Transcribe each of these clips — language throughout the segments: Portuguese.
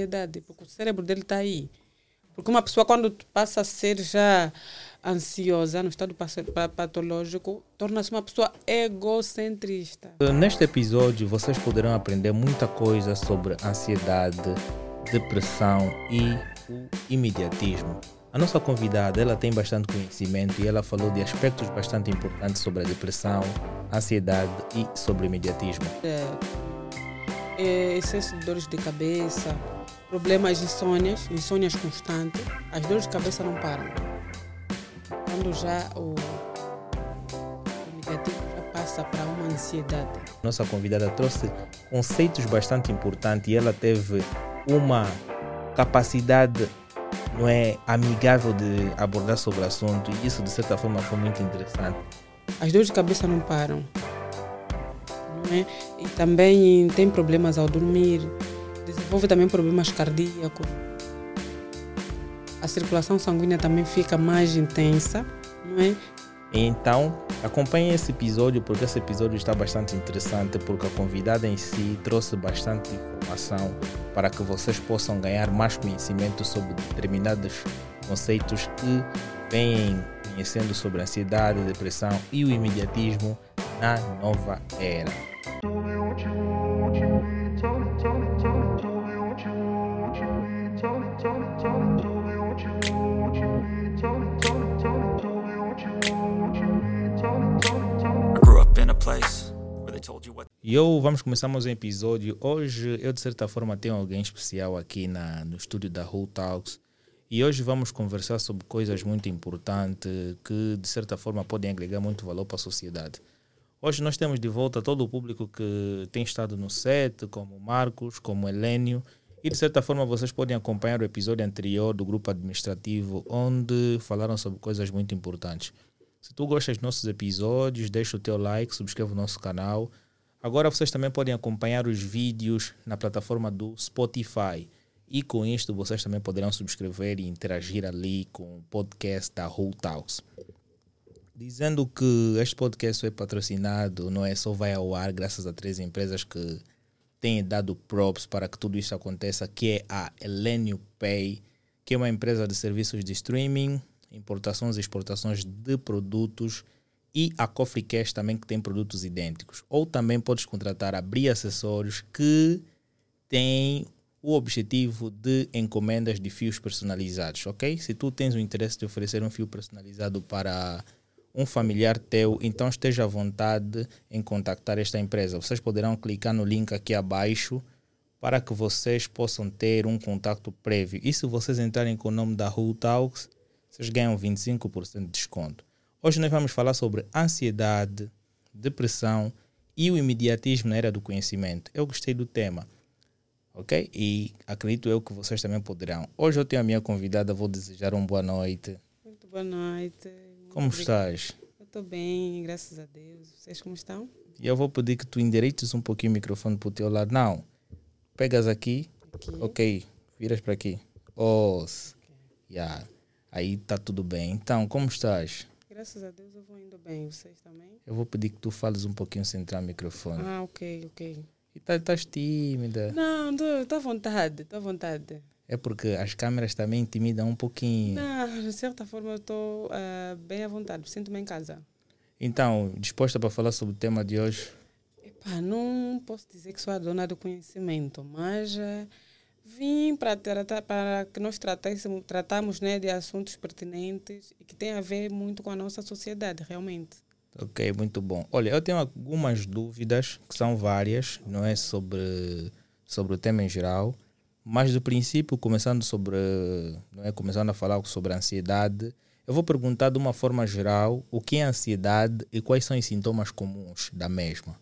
ansiedade, porque o cérebro dele está aí. Porque uma pessoa, quando passa a ser já ansiosa, no estado patológico, torna-se uma pessoa egocentrista. Neste episódio, vocês poderão aprender muita coisa sobre ansiedade, depressão e o imediatismo. A nossa convidada, ela tem bastante conhecimento e ela falou de aspectos bastante importantes sobre a depressão, ansiedade e sobre o imediatismo. Excesso de dores de cabeça, problemas de insônias constantes, as dores de cabeça não param. Quando já o imediatismo já passa para uma ansiedade. Nossa convidada trouxe conceitos bastante importantes e ela teve uma capacidade amigável de abordar sobre o assunto e isso de certa forma foi muito interessante. As dores de cabeça não param, não é? E também tem problemas ao dormir, desenvolve também problemas cardíacos. A circulação sanguínea também fica mais intensa, não é? Então, acompanhe esse episódio porque esse episódio está bastante interessante porque a convidada em si trouxe bastante informação para que vocês possam ganhar mais conhecimento sobre determinados conceitos que vêm conhecendo sobre a ansiedade, depressão e o imediatismo na nova era. E vamos começar mais um episódio. Hoje eu de certa forma tenho alguém especial aqui no estúdio da Who Talks e hoje vamos conversar sobre coisas muito importantes que de certa forma podem agregar muito valor para a sociedade. Hoje nós temos de volta todo o público que tem estado no set, como Marcos, como Helênio, e de certa forma vocês podem acompanhar o episódio anterior do grupo administrativo onde falaram sobre coisas muito importantes. Se tu gostas dos nossos episódios, deixa o teu like, subscreve o nosso canal. Agora vocês também podem acompanhar os vídeos na plataforma do Spotify. E com isto vocês também poderão subscrever e interagir ali com o podcast da Who Talks. Dizendo que este podcast foi patrocinado, não é só vai ao ar graças a 3 empresas que têm dado props para que tudo isso aconteça, que é a Helênio Pay, que é uma empresa de serviços de streaming, importações e exportações de produtos, e a Coffee Cash também, que tem produtos idênticos. Ou também podes contratar a Bri Acessórios, que tem o objetivo de encomendas de fios personalizados, ok? Se tu tens o interesse de oferecer um fio personalizado para um familiar teu, então esteja à vontade em contactar esta empresa. Vocês poderão clicar no link aqui abaixo para que vocês possam ter um contato prévio. E se vocês entrarem com o nome da Who Talks, vocês ganham 25% de desconto. Hoje nós vamos falar sobre ansiedade, depressão e o imediatismo na era do conhecimento. Eu gostei do tema, ok? E acredito eu que vocês também poderão. Hoje eu tenho a minha convidada, vou desejar uma boa noite. Muito boa noite. Como estás? Eu estou bem, graças a Deus. Vocês como estão? E eu vou pedir que tu endireites um pouquinho o microfone para o teu lado. Não, pegas aqui. Ok, viras para aqui. Yeah. Aí está tudo bem. Então, como estás? Graças a Deus eu vou indo bem. Vocês também? Eu vou pedir que tu fales um pouquinho sem entrar no microfone. Ok. E estás tímida? Não, estou à vontade. É porque as câmeras também intimidam um pouquinho. Não, de certa forma eu estou bem à vontade. Sinto-me em casa. Então, disposta para falar sobre o tema de hoje? Não posso dizer que sou a dona do conhecimento, mas vim para que nós tratamos, né, de assuntos pertinentes e que têm a ver muito com a nossa sociedade, realmente. Ok, muito bom. Olha, eu tenho algumas dúvidas, que são várias, não é sobre o tema em geral, mas do princípio, começando a falar sobre a ansiedade, eu vou perguntar de uma forma geral o que é ansiedade e quais são os sintomas comuns da mesma.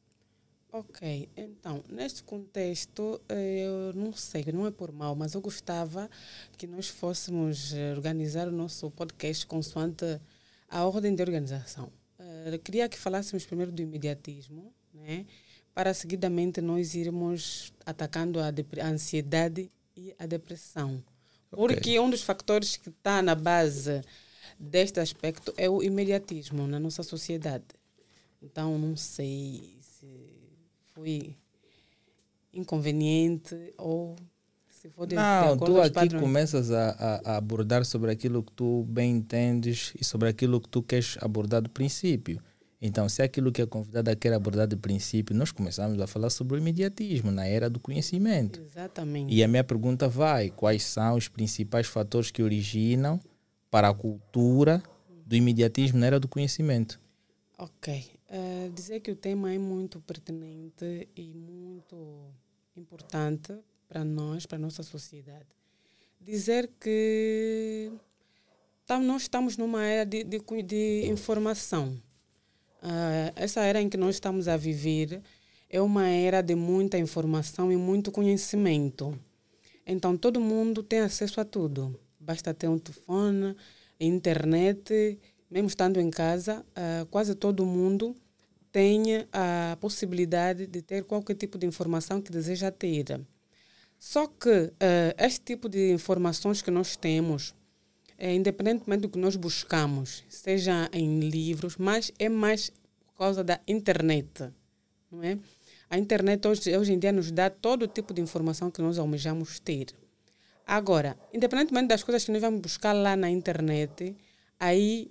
Ok, então, neste contexto, eu não sei, não é por mal, mas eu gostava que nós fôssemos organizar o nosso podcast consoante a ordem de organização. Queria que falássemos primeiro do imediatismo, né? Para seguidamente nós irmos atacando a ansiedade e a depressão. Okay. Porque um dos fatores que está na base deste aspecto é o imediatismo na nossa sociedade. Então, não sei se foi inconveniente ou se for de Não, acordo tu aos aqui padrões. começas a abordar sobre aquilo que tu bem entendes e sobre aquilo que tu queres abordar do princípio. Então, se é aquilo que a convidada quer abordar de princípio, nós começamos a falar sobre o imediatismo na era do conhecimento. Exatamente. E a minha pergunta vai: quais são os principais fatores que originam para a cultura do imediatismo na era do conhecimento? Ok. Dizer que o tema é muito pertinente e muito importante para nós, para a nossa sociedade. Dizer que nós estamos numa era de informação. Essa era em que nós estamos a viver é uma era de muita informação e muito conhecimento. Então, todo mundo tem acesso a tudo. Basta ter um telefone, internet, mesmo estando em casa, quase todo mundo tem a possibilidade de ter qualquer tipo de informação que deseja ter. Só que este tipo de informações que nós temos, independentemente do que nós buscamos, seja em livros, mas é mais por causa da internet, não é? A internet hoje em dia nos dá todo tipo de informação que nós almejamos ter. Agora, independentemente das coisas que nós vamos buscar lá na internet, aí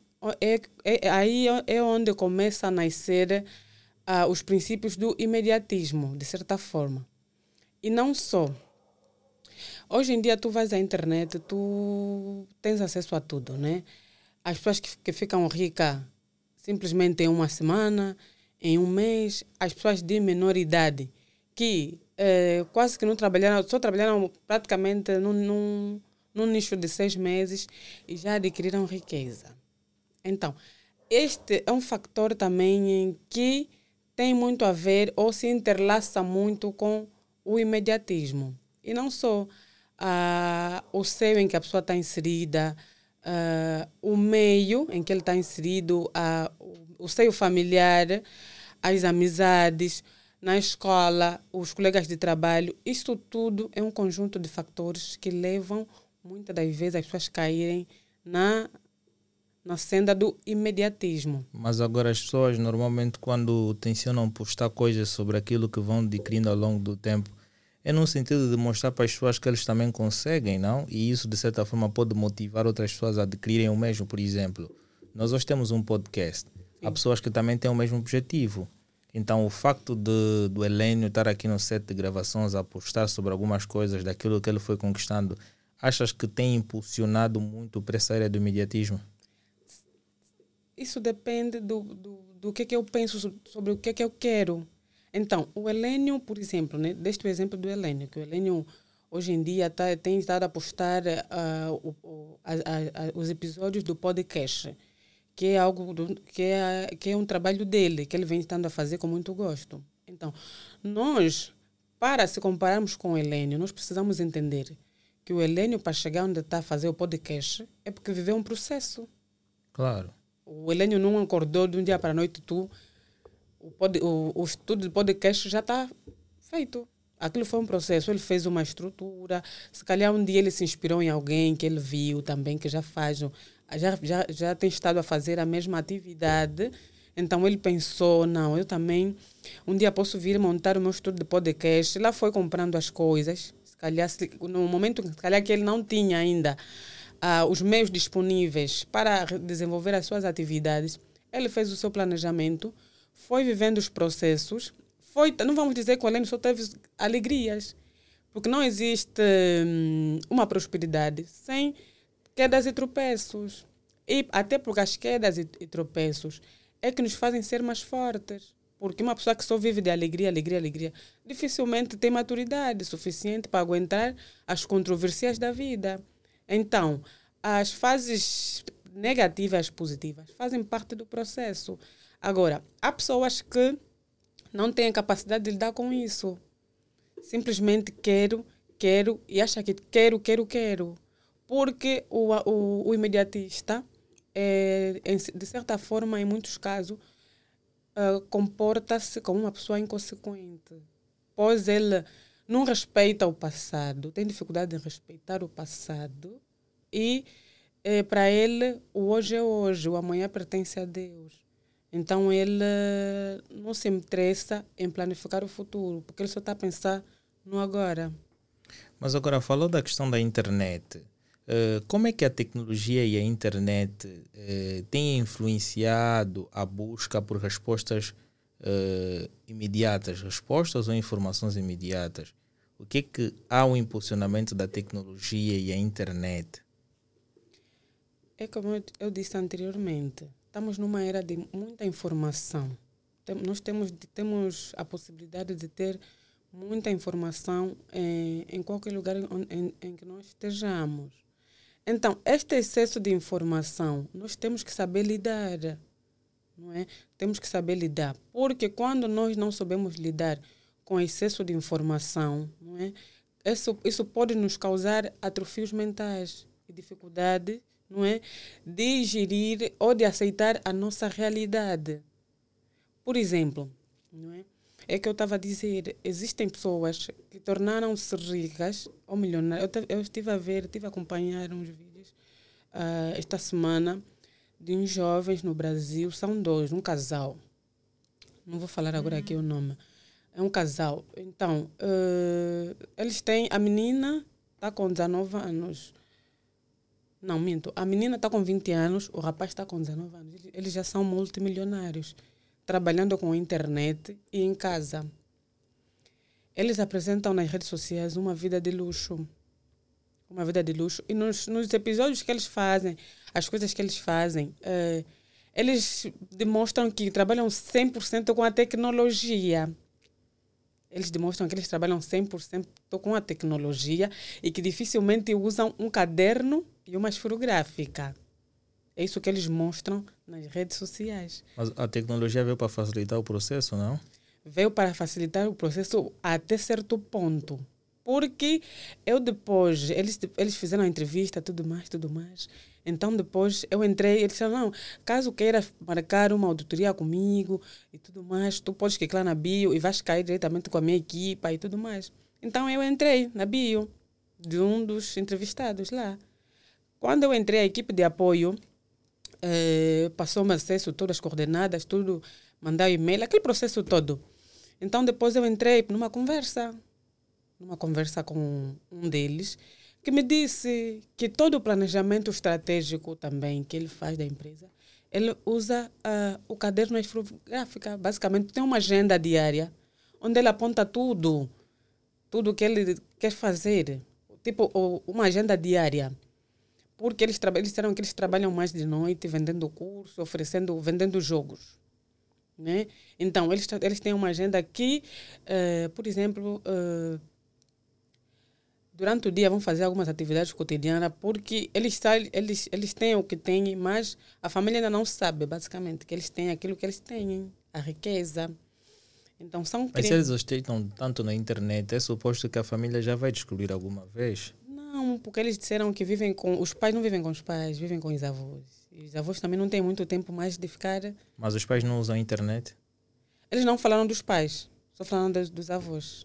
é onde começa a nascer os princípios do imediatismo, de certa forma. E não só. Hoje em dia tu vais à internet, tu tens acesso a tudo, né? As pessoas que ficam ricas simplesmente em uma semana, em um mês, as pessoas de menor idade que quase que não trabalharam, só trabalharam praticamente num nicho de 6 meses e já adquiriram riqueza. Então, este é um fator também em que tem muito a ver ou se interlaça muito com o imediatismo. E não só o seio em que a pessoa está inserida, o meio em que ele está inserido, o seio familiar, as amizades, na escola, os colegas de trabalho. Isto tudo é um conjunto de fatores que levam, muitas das vezes, as pessoas a caírem na senda do imediatismo. Mas agora as pessoas normalmente quando tencionam postar coisas sobre aquilo que vão adquirindo ao longo do tempo, é num sentido de mostrar para as pessoas que eles também conseguem, não? E isso de certa forma pode motivar outras pessoas a adquirirem o mesmo. Por exemplo, nós hoje temos um podcast. Há pessoas que também têm o mesmo objetivo. Então o facto do Helênio estar aqui no set de gravações a postar sobre algumas coisas daquilo que ele foi conquistando, achas que tem impulsionado muito para essa área do imediatismo? Isso depende do que eu penso sobre o que eu quero. Então, o Helênio, por exemplo, né, deste o exemplo do Helênio, que o Helênio hoje em dia tem estado a postar os episódios do podcast, que é algo que é um trabalho dele, que ele vem estando a fazer com muito gosto. Então, nós, para se compararmos com o Helênio, nós precisamos entender que o Helênio, para chegar onde está a fazer o podcast, é porque viveu um processo. Claro. O Helênio não acordou de um dia para a noite, o estudo de podcast já está feito. Aquilo foi um processo, ele fez uma estrutura, se calhar um dia ele se inspirou em alguém que ele viu também, que já faz, já tem estado a fazer a mesma atividade, então ele pensou, não, eu também um dia posso vir montar o meu estudo de podcast. Lá foi comprando as coisas, se calhar, no momento se calhar que ele não tinha ainda os meios disponíveis para desenvolver as suas atividades, ele fez o seu planejamento, foi vivendo os processos, não vamos dizer que o Helênio só teve alegrias, porque não existe uma prosperidade sem quedas e tropeços. E até porque as quedas e tropeços é que nos fazem ser mais fortes. Porque uma pessoa que só vive de alegria, alegria, alegria, dificilmente tem maturidade suficiente para aguentar as controvérsias da vida. Então, as fases negativas e positivas fazem parte do processo. Agora, há pessoas que não têm a capacidade de lidar com isso. Simplesmente quero e acha que quero. Porque o imediatista, de certa forma, em muitos casos, comporta-se como uma pessoa inconsequente. Pois ele não respeita o passado, tem dificuldade em respeitar o passado e para ele o hoje é hoje, o amanhã pertence a Deus. Então ele não se interessa em planificar o futuro, porque ele só está a pensar no agora. Mas agora, falou da questão da internet. Como é que a tecnologia e a internet têm influenciado a busca por respostas imediatas, respostas ou informações imediatas? O que é que há um impulsionamento da tecnologia e a internet? É como eu disse anteriormente, estamos numa era de muita informação. Nós temos a possibilidade de ter muita informação em qualquer lugar em que nós estejamos. Então, este excesso de informação, nós temos que saber lidar, não é? Temos que saber lidar, porque quando nós não sabemos lidar com excesso de informação, não é? Isso pode nos causar atrofios mentais e dificuldade, não é? De gerir ou de aceitar a nossa realidade. Por exemplo, não é? É que eu estava a dizer, existem pessoas que tornaram-se ricas ou milionárias. Eu estive a acompanhar uns vídeos esta semana de uns jovens no Brasil, são dois, um casal. Não vou falar agora aqui o nome. É um casal. Então, eles têm, a menina está com 19 anos. Não, minto. A menina está com 20 anos, o rapaz está com 19 anos. Eles já são multimilionários, trabalhando com a internet e em casa. Eles apresentam nas redes sociais uma vida de luxo. Uma vida de luxo. E nos episódios que eles fazem, as coisas que eles fazem, eles demonstram que trabalham 100% com a tecnologia. Eles demonstram que eles trabalham 100% com a tecnologia e que dificilmente usam um caderno e uma esferográfica. É isso que eles mostram nas redes sociais. Mas a tecnologia veio para facilitar o processo, não? Veio para facilitar o processo até certo ponto. Porque eles fizeram a entrevista, tudo mais. Então depois eu entrei, eles disseram, não, caso queira marcar uma auditoria comigo e tudo mais, tu podes clicar na bio e vais cair diretamente com a minha equipa e tudo mais. Então eu entrei na bio de um dos entrevistados lá. Quando eu entrei, a equipe de apoio passou-me acesso, todas as coordenadas, tudo, mandar e-mail, aquele processo todo. Então depois eu entrei numa conversa com um deles, que me disse que todo o planejamento estratégico também que ele faz da empresa, ele usa o caderno esferográfico. Basicamente, tem uma agenda diária, onde ele aponta tudo que ele quer fazer. Tipo, uma agenda diária. Porque eles disseram que eles trabalham mais de noite, vendendo curso, vendendo jogos. Né? Então, eles têm uma agenda que, por exemplo, durante o dia vão fazer algumas atividades cotidianas, porque eles têm o que têm, mas a família ainda não sabe, basicamente, que eles têm aquilo que eles têm, a riqueza. Então, Mas se eles ostentam tanto na internet, é suposto que a família já vai descobrir alguma vez? Não, porque eles disseram que os pais não vivem com os pais, vivem com os avós. E os avós também não têm muito tempo mais de ficar... Mas os pais não usam a internet? Eles não falaram dos pais, só falaram dos avós.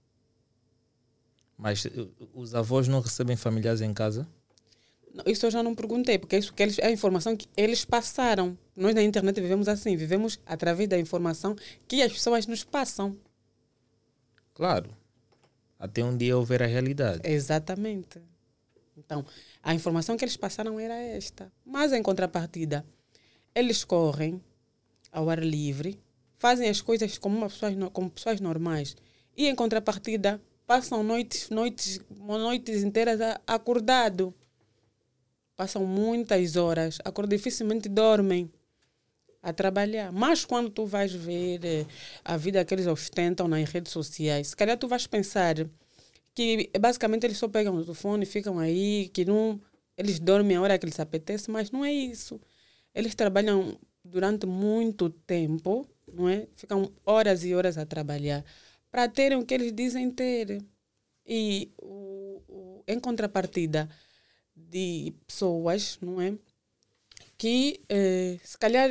Mas os avós não recebem familiares em casa? Não, isso eu já não perguntei, porque isso é a informação que eles passaram. Nós na internet vivemos assim, vivemos através da informação que as pessoas nos passam. Claro. Até um dia houver a realidade. Exatamente. Então, a informação que eles passaram era esta. Mas, em contrapartida, eles correm ao ar livre, fazem as coisas como pessoas normais. E, em contrapartida, passam noites inteiras acordado. Passam muitas horas. Dificilmente dormem a trabalhar. Mas quando tu vais ver a vida que eles ostentam nas redes sociais, se calhar tu vais pensar que basicamente eles só pegam o telefone e ficam aí, que não, eles dormem a hora que lhes apetece, mas não é isso. Eles trabalham durante muito tempo, não é? Ficam horas e horas a trabalhar para terem o que eles dizem ter. E em contrapartida de pessoas, não é? Que se calhar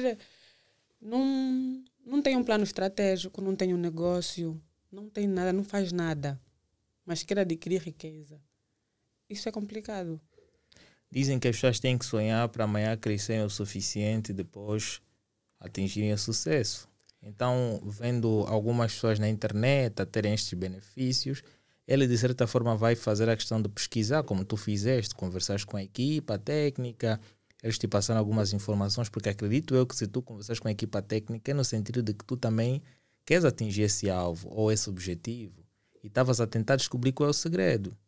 não tem um plano estratégico, não tem um negócio, não tem nada, não faz nada, mas quer adquirir riqueza. Isso é complicado. Dizem que as pessoas têm que sonhar para amanhã crescerem o suficiente e depois atingirem o sucesso. Então, vendo algumas pessoas na internet a terem estes benefícios, ele de certa forma vai fazer a questão de pesquisar, como tu fizeste, conversares com a equipa técnica, eles te passaram algumas informações, porque acredito eu que se tu conversares com a equipa técnica é no sentido de que tu também queres atingir esse alvo ou esse objetivo e estavas a tentar descobrir qual é o segredo.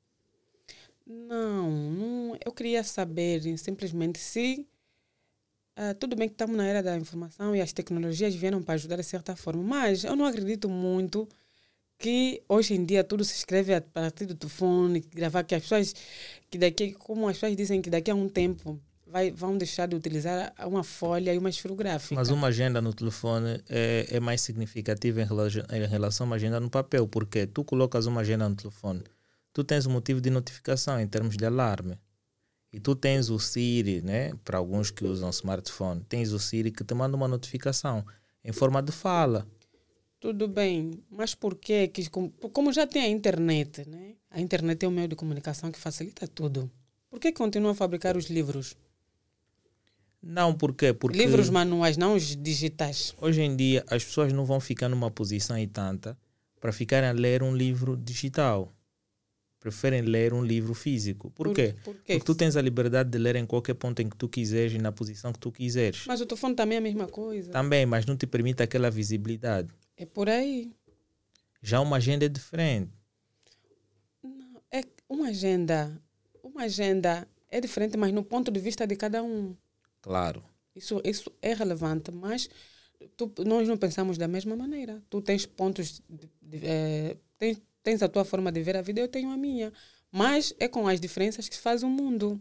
Não, eu queria saber simplesmente se tudo bem que estamos na era da informação e as tecnologias vieram para ajudar de certa forma, mas eu não acredito muito que hoje em dia tudo se escreve a partir do telefone, gravar que as pessoas, como as pessoas dizem que daqui a um tempo vão deixar de utilizar uma folha e uma esferográfica. Mas uma agenda no telefone é mais significativa em relação a uma agenda no papel, porque tu colocas uma agenda no telefone, tu tens um motivo de notificação em termos de alarme. E tu tens o Siri, né? Para alguns que usam smartphone, tens o Siri que te manda uma notificação em forma de fala. Tudo bem, mas por quê? Como já tem a internet, né? A internet é um meio de comunicação que facilita tudo. Por que continuam a fabricar os livros? Não, por quê? Porque livros manuais, não os digitais. Hoje em dia as pessoas não vão ficar numa posição e tanta para ficarem a ler um livro digital. Preferem ler um livro físico. Por quê? Porque tu tens a liberdade de ler em qualquer ponto em que tu quiseres e na posição que tu quiseres. Mas o telefone também é a mesma coisa. Também, mas não te permite aquela visibilidade. É por aí. Já uma agenda é diferente. Não, é uma agenda é diferente, mas no ponto de vista de cada um. Claro. Isso é relevante, mas nós não pensamos da mesma maneira. Tu tens pontos, tens a tua forma de ver a vida, eu tenho a minha. Mas é com as diferenças que se faz o mundo.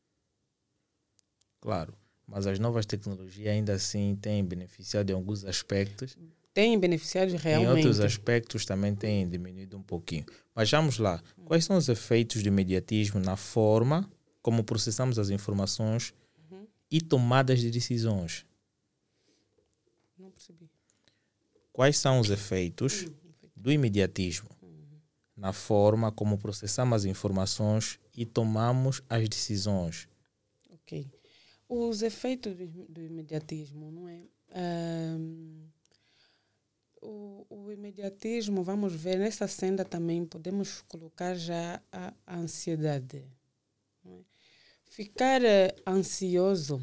Claro, mas as novas tecnologias ainda assim têm beneficiado em alguns aspectos. Têm beneficiado realmente. Em outros aspectos também têm diminuído um pouquinho. Mas vamos lá. Quais são os efeitos do imediatismo na forma como processamos as informações e tomadas de decisões? Não percebi. Quais são os efeitos do imediatismo na forma como processamos as informações e tomamos as decisões? Ok. Os efeitos do imediatismo, não é? O imediatismo, vamos ver, nessa senda também podemos colocar já a ansiedade. Não é? Ficar ansioso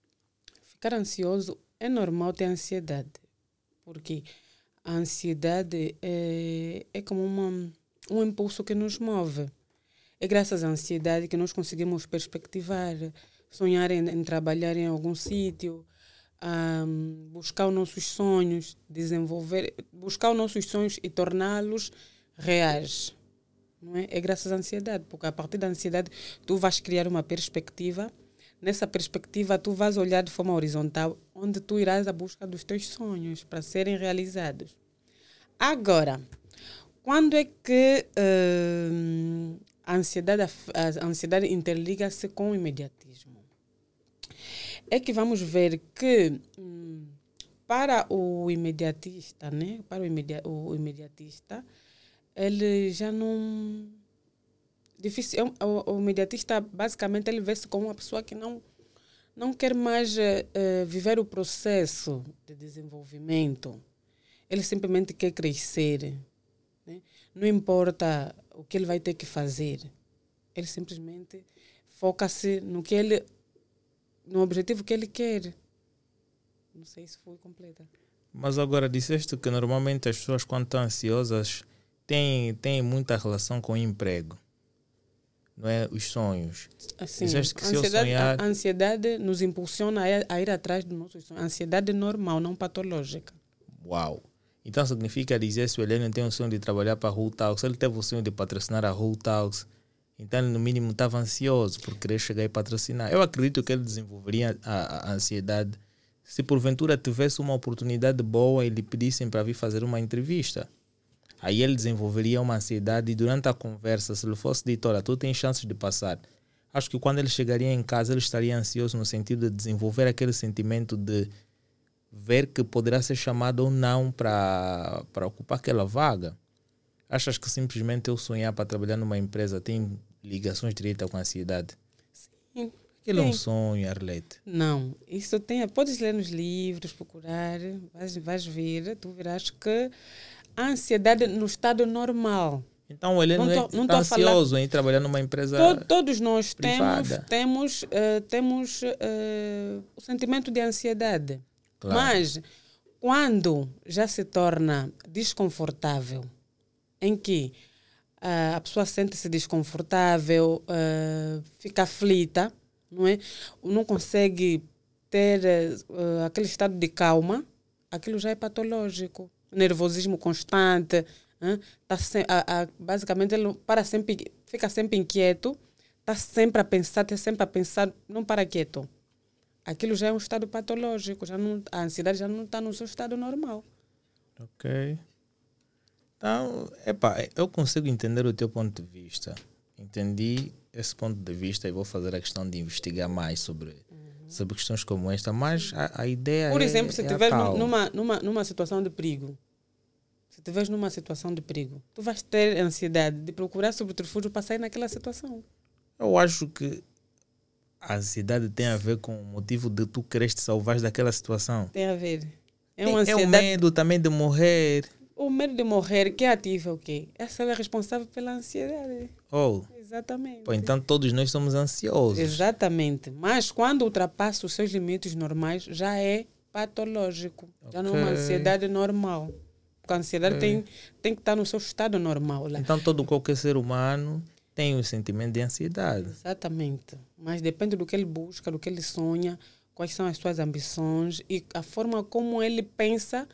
é normal ter ansiedade, porque a ansiedade é como um impulso que nos move. É graças à ansiedade que nós conseguimos perspectivar, sonhar em trabalhar em algum sítio, buscar os nossos sonhos, buscar os nossos sonhos e torná-los reais. Não é? É graças à ansiedade, porque a partir da ansiedade tu vais criar uma perspectiva. Nessa perspectiva tu vais olhar de forma horizontal, onde tu irás à busca dos teus sonhos para serem realizados. Agora, quando é que a ansiedade interliga-se com o imediatismo? É que vamos ver que para o imediatista, né? Para o imediatista, ele já não... Difícil, o imediatista, basicamente, ele vê-se como uma pessoa que não quer mais viver o processo de desenvolvimento. Ele simplesmente quer crescer. Né? Não importa o que ele vai ter que fazer. Ele simplesmente foca-se no objetivo que ele quer. Não sei se foi completa. Mas agora disseste que normalmente as pessoas, quando estão ansiosas, têm muita relação com o emprego. Não é? Os sonhos. Assim, disseste que se eu sonhar... A ansiedade nos impulsiona a ir atrás dos nossos sonhos. A ansiedade é normal, não patológica. Uau! Então significa dizer, se o Heleno tem o sonho de trabalhar para a Whole Talks, ele teve o sonho de patrocinar a Whole Talks, então ele no mínimo estava ansioso por querer chegar e patrocinar. Eu acredito que ele desenvolveria a ansiedade se porventura tivesse uma oportunidade boa e lhe pedissem para vir fazer uma entrevista. Aí ele desenvolveria uma ansiedade e durante a conversa, se ele fosse dito, olha, tu tens chances de passar. Acho que quando ele chegaria em casa, ele estaria ansioso no sentido de desenvolver aquele sentimento de ver que poderá ser chamado ou não para ocupar aquela vaga. Achas que simplesmente eu sonhar para trabalhar numa empresa tem ligações diretas com a ansiedade? Sim. Aquilo é um sonho, Arlete. Não, isso tem. Podes ler nos livros, procurar, vais ver, tu verás que a ansiedade no estado normal, Então ele não está ansioso em trabalhar numa empresa todos nós privada. temos o sentimento de ansiedade. Claro. Mas quando já se torna desconfortável, em que a pessoa sente-se desconfortável, fica aflita, não é? Não consegue ter aquele estado de calma, aquilo já é patológico. Nervosismo constante, basicamente ele fica sempre inquieto, está sempre a pensar, não para quieto. Aquilo já é um estado patológico, a ansiedade já não está no seu estado normal. Ok. Então, eu consigo entender o teu ponto de vista. Entendi esse ponto de vista e vou fazer a questão de investigar mais sobre questões como esta, mas a ideia Por exemplo, se estiveres tal. numa situação de perigo, tu vais ter ansiedade de procurar subterfúgio para sair naquela situação. Eu acho que a ansiedade tem a ver com o motivo de tu queres te salvar daquela situação. Tem a ver. É o medo também de morrer. O medo de morrer, que ativa o quê? Essa é responsável pela ansiedade. Exatamente. Pô, então todos nós somos ansiosos. Exatamente. Mas quando ultrapassa os seus limites normais, já é patológico. Já não é uma ansiedade normal. Porque a ansiedade tem que estar no seu estado normal. Então qualquer ser humano tem um sentimento de ansiedade. Exatamente. Mas depende do que ele busca, do que ele sonha, quais são as suas ambições e a forma como ele pensa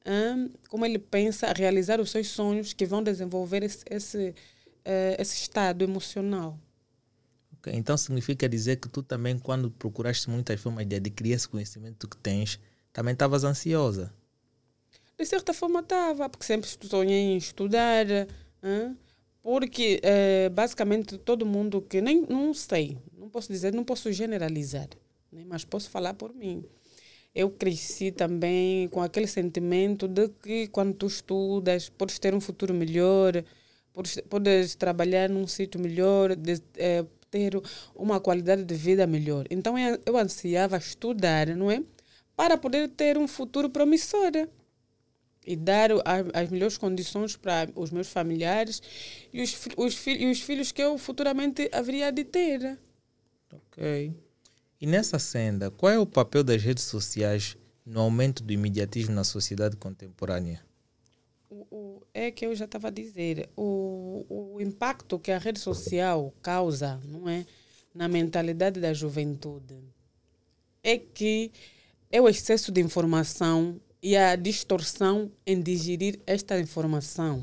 realizar os seus sonhos que vão desenvolver esse estado emocional. Okay. Então significa dizer que tu também, quando procuraste muitas formas de adquirir esse conhecimento que tens, também estavas ansiosa? De certa forma estava, porque sempre sonhei em estudar, porque basicamente todo mundo que não sei, não posso dizer, não posso generalizar, né? Mas posso falar por mim. Eu cresci também com aquele sentimento de que quando tu estudas, podes ter um futuro melhor, podes trabalhar num sítio melhor, ter uma qualidade de vida melhor. Então eu ansiava estudar, não é? Para poder ter um futuro promissor e dar as melhores condições para os meus familiares e os filhos que eu futuramente haveria de ter. Ok. E nessa senda, qual é o papel das redes sociais no aumento do imediatismo na sociedade contemporânea? É que eu já estava a dizer, o impacto que a rede social causa, não é, na mentalidade da juventude é que é o excesso de informação e a distorção em digerir esta informação.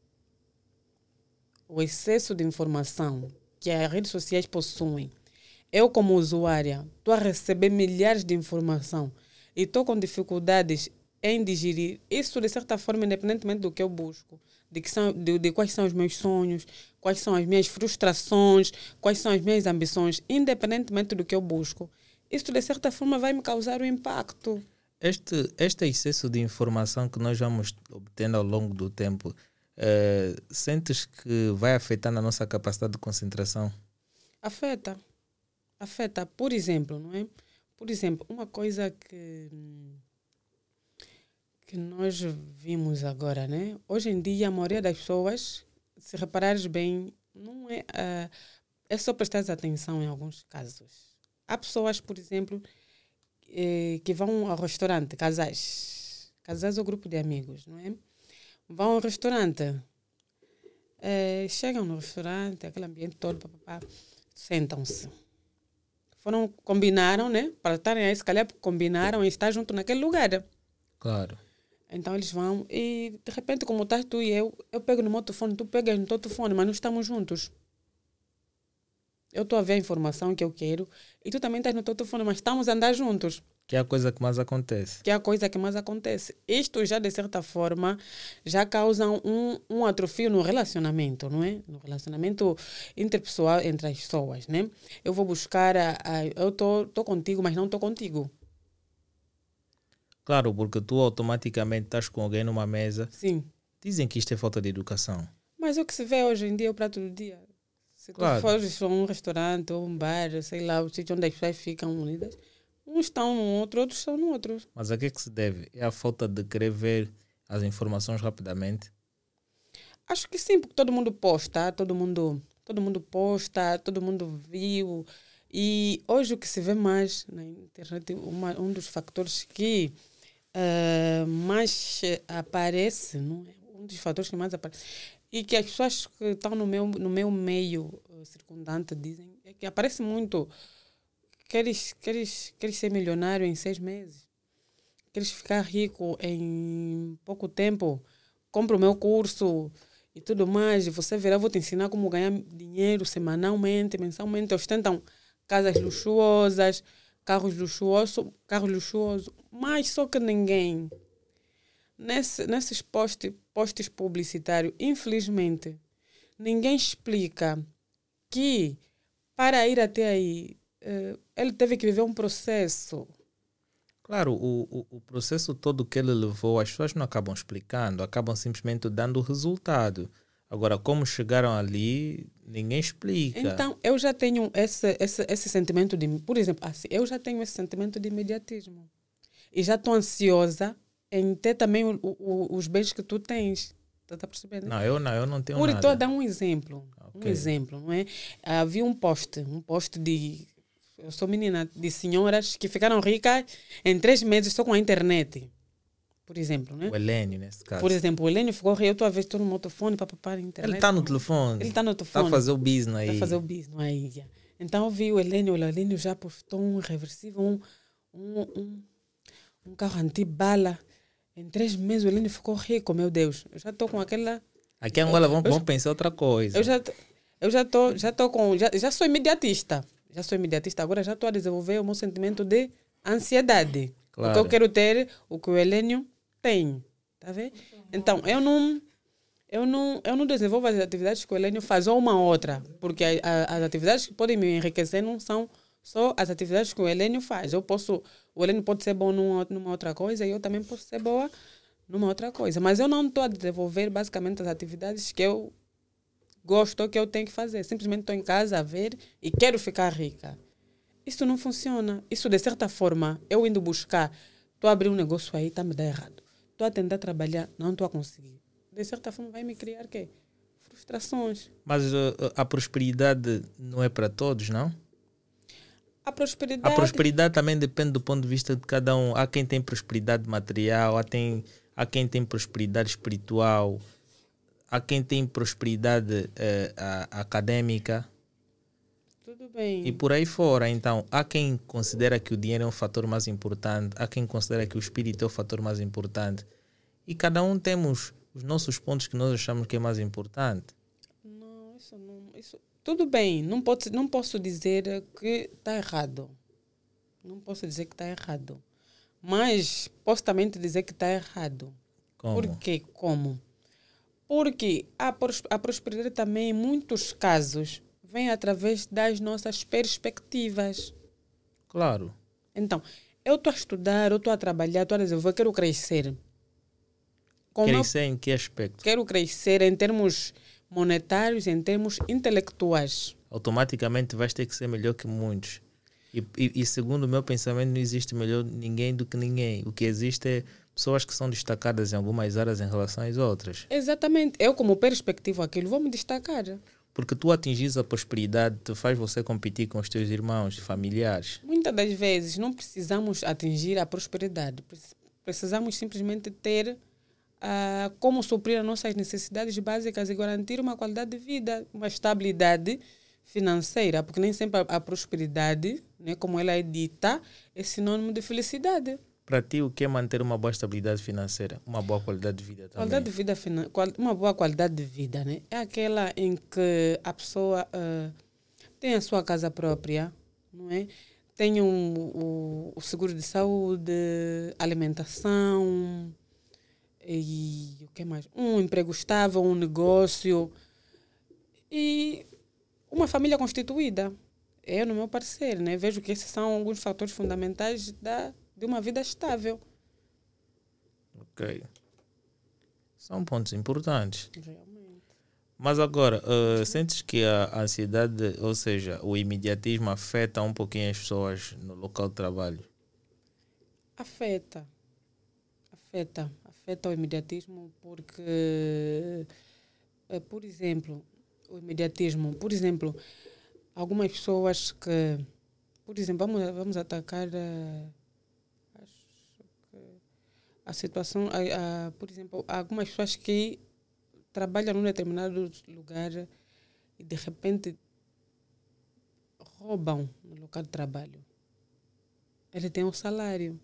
O excesso de informação que as redes sociais possuem. Eu, como usuária, estou a receber milhares de informação e estou com dificuldades em digerir isso, de certa forma, independentemente do que eu busco, de quais são os meus sonhos, quais são as minhas frustrações, quais são as minhas ambições, independentemente do que eu busco. Isso, de certa forma, vai me causar um impacto. Este excesso de informação que nós vamos obtendo ao longo do tempo, sentes que vai afetar na nossa capacidade de concentração? Afeta. Por exemplo, não é? Por exemplo, uma coisa que nós vimos agora, né? Hoje em dia, a maioria das pessoas, se reparares bem, não é, é só prestar atenção em alguns casos. Há pessoas, por exemplo, que vão ao restaurante, casais ou grupo de amigos, não é? Vão ao restaurante, chegam no restaurante, aquele ambiente todo, sentam-se. Combinaram, né? Para estarem aí, se calhar combinaram em estar junto naquele lugar. Claro. Então eles vão e, de repente, como estás tu e eu pego no meu telefone, tu pegas no teu telefone, mas não estamos juntos. Eu estou a ver a informação que eu quero e tu também estás no teu telefone, mas estamos a andar juntos. Que é a coisa que mais acontece. Isto já, de certa forma, já causa um atrofio no relacionamento, não é? No relacionamento interpessoal entre as pessoas, né? Eu vou buscar, eu estou contigo, mas não estou contigo. Claro, porque tu automaticamente estás com alguém numa mesa. Sim. Dizem que isto é falta de educação. Mas o que se vê hoje em dia é o prato do dia. Se tu fores a um restaurante ou um bar, sei lá, o sítio onde as pessoas ficam unidas, uns estão num outro, outros estão no outro. Mas a que é que se deve? É a falta de querer ver as informações rapidamente? Acho que sim, porque todo mundo posta, todo mundo posta, todo mundo viu. E hoje o que se vê mais na internet, um dos fatores que mais aparece, não é? Um dos fatores que mais aparece, e que as pessoas que estão no meu meio circundante dizem, é que aparece muito. Queres ser milionário em 6 meses? Queres ficar rico em pouco tempo? Compra o meu curso e tudo mais. E você verá, vou te ensinar como ganhar dinheiro semanalmente, mensalmente. Ostentam casas luxuosas, carros luxuosos. Mas só que ninguém, nesses postes publicitários, infelizmente, ninguém explica que para ir até aí, ele teve que viver um processo. Claro, o processo todo que ele levou, as pessoas não acabam explicando, acabam simplesmente dando o resultado. Agora, como chegaram ali, ninguém explica. Então, eu já tenho esse sentimento de... Por exemplo, assim, eu já tenho esse sentimento de imediatismo. E já estou ansiosa em ter também os bens que tu tens. Tu está percebendo? Não, eu não tenho Por nada. estou a dar um exemplo. Ok. Um exemplo, não é? Havia um post de... Eu sou menina, de senhoras que ficaram ricas em 3 meses só com a internet. Por exemplo, né? O Helene, nesse caso. Por exemplo, o Helênio ficou rico, eu estou a ver, estou no meu telefone para a internet. Ele está no telefone. Ele está no Está telefone. a fazer o business aí. Está a fazer o business aí. Yeah. Então eu vi o Helênio já postou um reversível, um carro antibala. Em 3 meses o Helênio ficou rico, meu Deus. Eu já estou com aquela... Aqui em Angola vão pensar outra coisa. Eu já sou imediatista. Já sou imediatista. Agora já estou a desenvolver o meu sentimento de ansiedade. Claro. Porque eu quero ter o que o Helênio tem. Tá vendo? Então, eu não desenvolvo as atividades que o Helênio faz ou uma outra. Porque as atividades que podem me enriquecer não são só as atividades que o Helênio faz. O Helênio pode ser bom numa outra coisa e eu também posso ser boa numa outra coisa. Mas eu não estou a desenvolver basicamente as atividades que eu gosto ou que eu tenho que fazer. Simplesmente estou em casa a ver e quero ficar rica. Isso não funciona. Isso, de certa forma, eu indo buscar, estou a abrir um negócio aí, está a me dar errado. Estou a tentar trabalhar, não estou a conseguir. De certa forma, vai me criar o quê? Frustrações. Mas a prosperidade não é para todos, não? A A prosperidade também depende do ponto de vista de cada um. Há quem tem prosperidade material, há quem tem prosperidade espiritual, há quem tem prosperidade acadêmica. Tudo bem. E por aí fora. Então, há quem considera que o dinheiro é um fator mais importante, há quem considera que o espírito é o fator mais importante. E cada um temos os nossos pontos que nós achamos que é mais importante. Não, isso não... Tudo bem, não posso dizer que está errado. Não posso dizer que está errado. Mas posso também te dizer que está errado. Como? Por quê? Como? Porque a prosperidade também, em muitos casos, vem através das nossas perspectivas. Claro. Então, eu estou a estudar, eu estou a trabalhar, estou a desenvolver, quero crescer. Crescer em que aspecto? Quero crescer em termos monetários, em termos intelectuais. Automaticamente vais ter que ser melhor que muitos. E segundo o meu pensamento, não existe melhor ninguém do que ninguém. O que existe é pessoas que são destacadas em algumas áreas em relação às outras. Exatamente. Eu, como perspectiva aquilo, vou me destacar. Porque tu atingires a prosperidade, tu faz você competir com os teus irmãos, familiares. Muitas das vezes não precisamos atingir a prosperidade. Precisamos simplesmente ter como suprir as nossas necessidades básicas e garantir uma qualidade de vida, uma estabilidade financeira, porque nem sempre a prosperidade, né, como ela é dita, é sinônimo de felicidade. Para ti, o que é manter uma boa estabilidade financeira? Uma boa qualidade de vida também? Uma boa qualidade de vida, né? É aquela em que a pessoa tem a sua casa própria, não é? Tem o seguro de saúde, alimentação e o que mais? Um emprego estável, um negócio e uma família constituída. Eu, no meu parecer, né? Vejo que esses são alguns fatores fundamentais de uma vida estável. Ok. São pontos importantes. Realmente. Mas agora, sentes que a ansiedade, ou seja, o imediatismo afeta um pouquinho as pessoas no local de trabalho? Afeta o imediatismo porque por exemplo, o imediatismo. Por exemplo, algumas pessoas que, por exemplo, vamos atacar a situação, por exemplo, algumas pessoas que trabalham num determinado lugar e de repente roubam no local de trabalho. Ele tem um salário,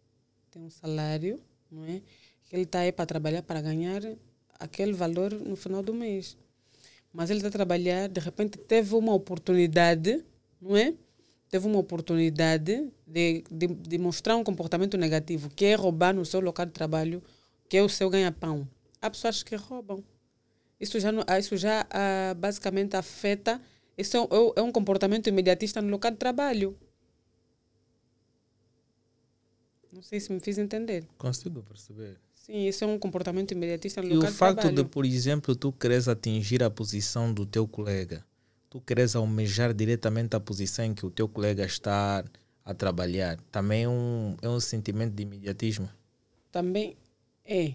não é? Que ele está aí para trabalhar, para ganhar aquele valor no final do mês. Mas ele está a trabalhar, de repente teve uma oportunidade, não é? Teve uma oportunidade de mostrar um comportamento negativo, que é roubar no seu local de trabalho, que é o seu ganha-pão. Há pessoas que roubam. Isso já basicamente afeta. Isso é um comportamento imediatista no local de trabalho. Não sei se me fiz entender. Consigo perceber. Sim, isso é um comportamento imediatista no E local o de trabalho. facto de, por exemplo, tu queres atingir a posição do teu colega, tu queres almejar diretamente a posição em que o teu colega está a trabalhar, também é um sentimento de imediatismo? Também é.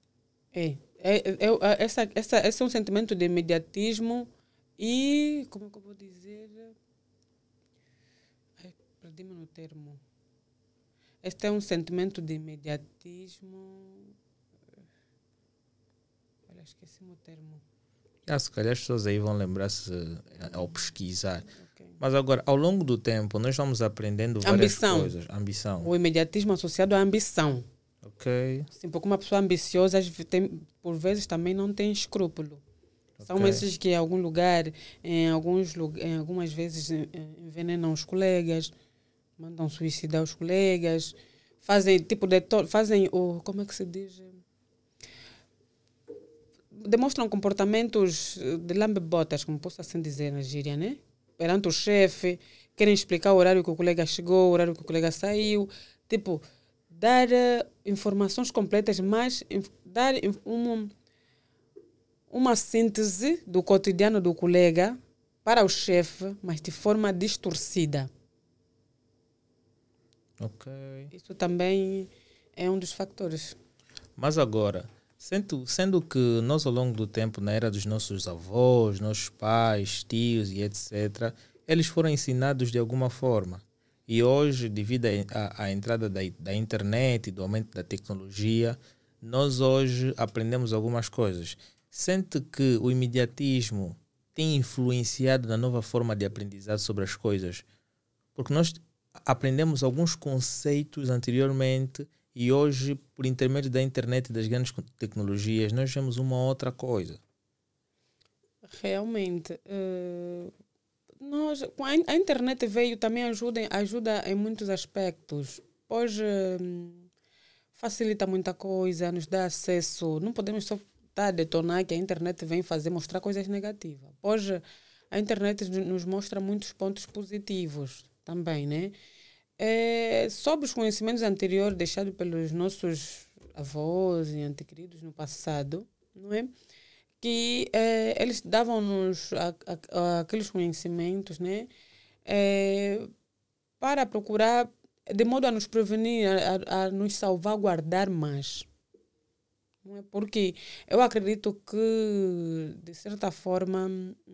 Esse é um sentimento de imediatismo e, como é que eu vou dizer? Perdi-me no termo. Este é um sentimento de imediatismo. Olha, esqueci-me o termo. Se calhar as pessoas aí vão lembrar-se ao pesquisar. Okay. Mas agora, ao longo do tempo, nós vamos aprendendo várias coisas. Ambição. O imediatismo associado à ambição. Ok. Sim, porque uma pessoa ambiciosa, por vezes, também não tem escrúpulo. Okay. São esses que em algum lugar, algumas vezes, envenenam os colegas, mandam suicidar os colegas, fazem como é que se diz? Demonstram comportamentos de lambe-botas, como posso assim dizer na gíria, né? Perante o chefe, querem explicar o horário que o colega chegou, o horário que o colega saiu, tipo, dar informações completas, mas dar uma síntese do cotidiano do colega para o chefe, mas de forma distorcida. Ok. Isso também é um dos fatores. Mas agora, sendo que nós ao longo do tempo, na era dos nossos avós, nossos pais, tios e etc., eles foram ensinados de alguma forma. E hoje, devido à entrada da internet e do aumento da tecnologia, nós hoje aprendemos algumas coisas. Sente que o imediatismo tem influenciado na nova forma de aprendizado sobre as coisas? Porque nós aprendemos alguns conceitos anteriormente e hoje, por intermédio da internet e das grandes tecnologias, nós vemos uma outra coisa. Realmente. A internet veio também ajuda em muitos aspectos. Hoje facilita muita coisa, nos dá acesso. Não podemos só a detonar que a internet vem mostrar coisas negativas. Hoje a internet nos mostra muitos pontos positivos também, né? Sobre os conhecimentos anteriores deixados pelos nossos avós e antequeridos no passado, não é? Que eles davam-nos aqueles conhecimentos, né? Para procurar, de modo a nos prevenir, a nos salvaguardar mais. Não é? Porque eu acredito que, de certa forma,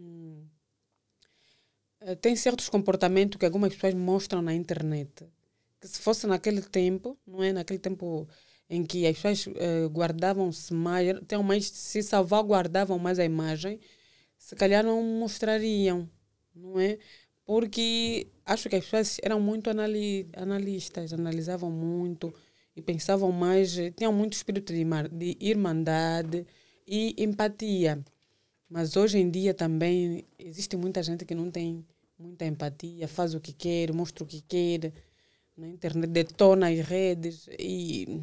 tem certos comportamentos que algumas pessoas mostram na internet. Que se fosse naquele tempo, não é? Naquele tempo em que as pessoas guardavam-se mais, se salvaguardavam mais a imagem, se calhar não mostrariam, não é? Porque acho que as pessoas eram muito analistas, analisavam muito e pensavam mais, tinham muito espírito de irmandade e empatia. Mas hoje em dia também existe muita gente que não tem muita empatia, faz o que quer, mostra o que quer, na internet detona as redes e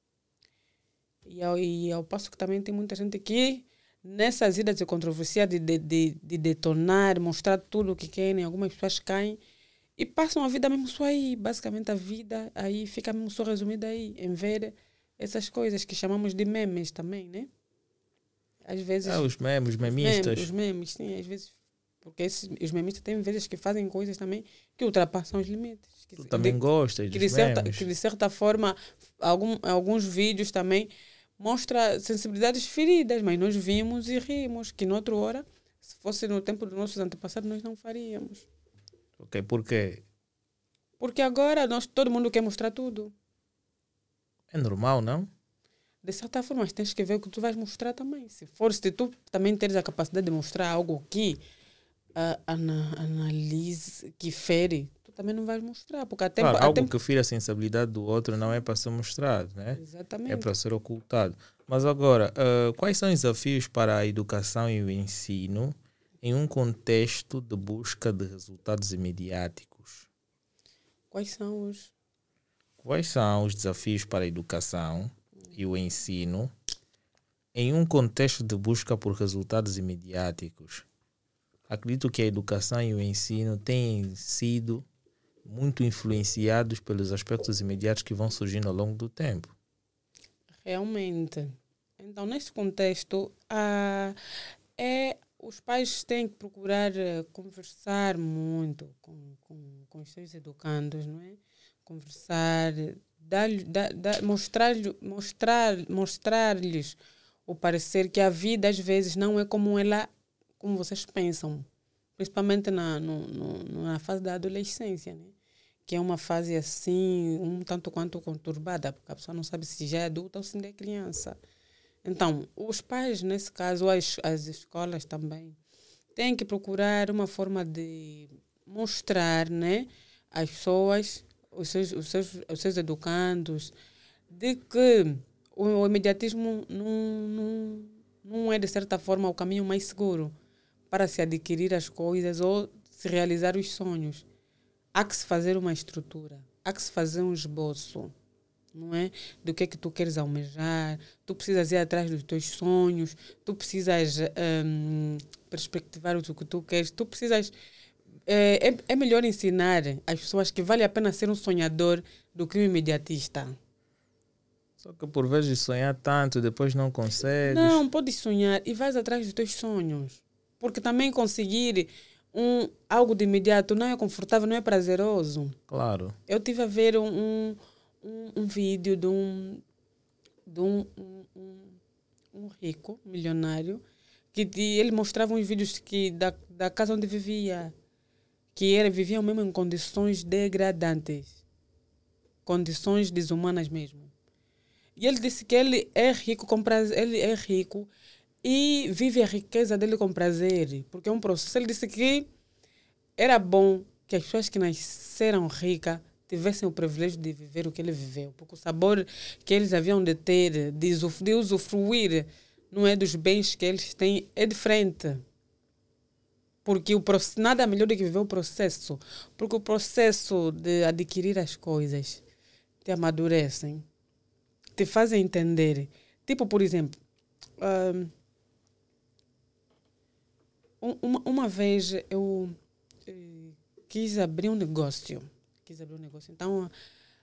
ao passo que também tem muita gente que nessas idas de controvérsia de detonar, mostrar tudo o que querem, algumas pessoas caem e passam a vida mesmo só aí, basicamente a vida aí fica mesmo só resumida aí, em ver essas coisas que chamamos de memes também, né? Às vezes... os memes, os memistas. Os memes, sim, às vezes... Porque os memistas têm vezes que fazem coisas também que ultrapassam os limites. Tu também gostas dos memes. Que de certa forma, alguns vídeos também mostra sensibilidades feridas, mas nós vimos e rimos, que noutra hora, se fosse no tempo dos nossos antepassados, nós não faríamos. Ok, por quê? Porque agora todo mundo quer mostrar tudo. É normal, não? De certa forma, mas tens que ver o que tu vais mostrar também. Se tu também teres a capacidade de mostrar algo que analise, que fere, tu também não vais mostrar. Porque Claro, algo que fira a sensibilidade do outro não é para ser mostrado, né? Exatamente. É para ser ocultado. Mas agora, quais são os desafios para a educação e o ensino em um contexto de busca de resultados imediáticos? Quais são os desafios para a educação e o ensino em um contexto de busca por resultados imediáticos? Acredito que a educação e o ensino têm sido muito influenciados pelos aspectos imediatos que vão surgindo ao longo do tempo. Realmente. Então, nesse contexto, os pais têm que procurar conversar muito com os seus educandos, não é? Conversar, mostrar-lhes o parecer que a vida às vezes não é como vocês pensam, principalmente na fase da adolescência, né? Que é uma fase assim, um tanto quanto conturbada, porque a pessoa não sabe se já é adulta ou se ainda é criança. Então, os pais, nesse caso, as escolas também, têm que procurar uma forma de mostrar, né, às pessoas, os seus educandos, de que o imediatismo não é, de certa forma, o caminho mais seguro para se adquirir as coisas ou se realizar os sonhos. Há que se fazer uma estrutura, há que se fazer um esboço, não é? Do que é que tu queres almejar, tu precisas ir atrás dos teus sonhos, tu precisas perspectivar o que tu queres, tu precisas... É melhor ensinar às pessoas que vale a pena ser um sonhador do que um imediatista. Só que por vezes sonhar tanto, depois não consegues. Não, podes sonhar e vais atrás dos teus sonhos. Porque também conseguir algo de imediato não é confortável, não é prazeroso. Claro. Eu estive a ver um vídeo de um rico, milionário, que ele mostrava uns vídeos da casa onde vivia, que viviam mesmo em condições degradantes, condições desumanas mesmo. E ele disse que ele é rico e vive a riqueza dele com prazer, porque é um processo. Ele disse que era bom que as pessoas que nasceram ricas tivessem o privilégio de viver o que ele viveu, porque o sabor que eles haviam de ter, de usufruir, não é dos bens que eles têm, é diferente. Porque nada melhor do que viver o processo, porque o processo de adquirir as coisas te amadurecem, te fazem entender. Tipo, por exemplo, uma vez eu quis abrir um negócio. Então,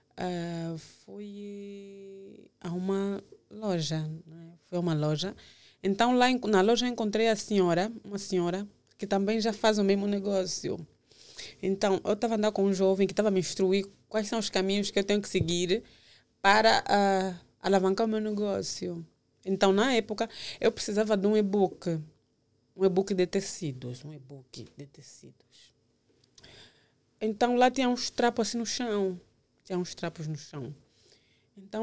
fui a uma loja. Né? Fui a uma loja. Então, na loja encontrei uma senhora, que também já faz o mesmo negócio. Então, eu estava andando com um jovem que estava a me instruir quais são os caminhos que eu tenho que seguir para alavancar o meu negócio. Então, na época, eu precisava de um e-book de tecidos. Então, lá tinha uns trapos assim no chão. Então,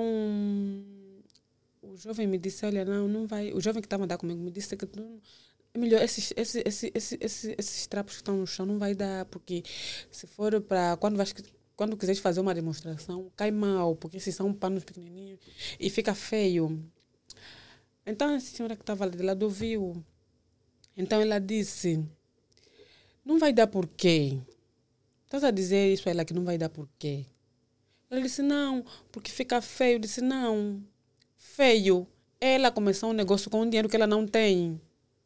o jovem me disse, olha, não vai... O jovem que estava a andar comigo me disse que é melhor, esses trapos que estão no chão não vai dar, porque se for para... Quando quiseres fazer uma demonstração, cai mal, porque esses são panos pequenininhos e fica feio. Então, a senhora que estava de lado ouviu. Então, ela disse, não vai dar por quê? Estás a dizer isso a ela que não vai dar por quê? Ela disse, não, porque fica feio. Eu disse, não, feio. Ela começou um negócio com um dinheiro que ela não tem.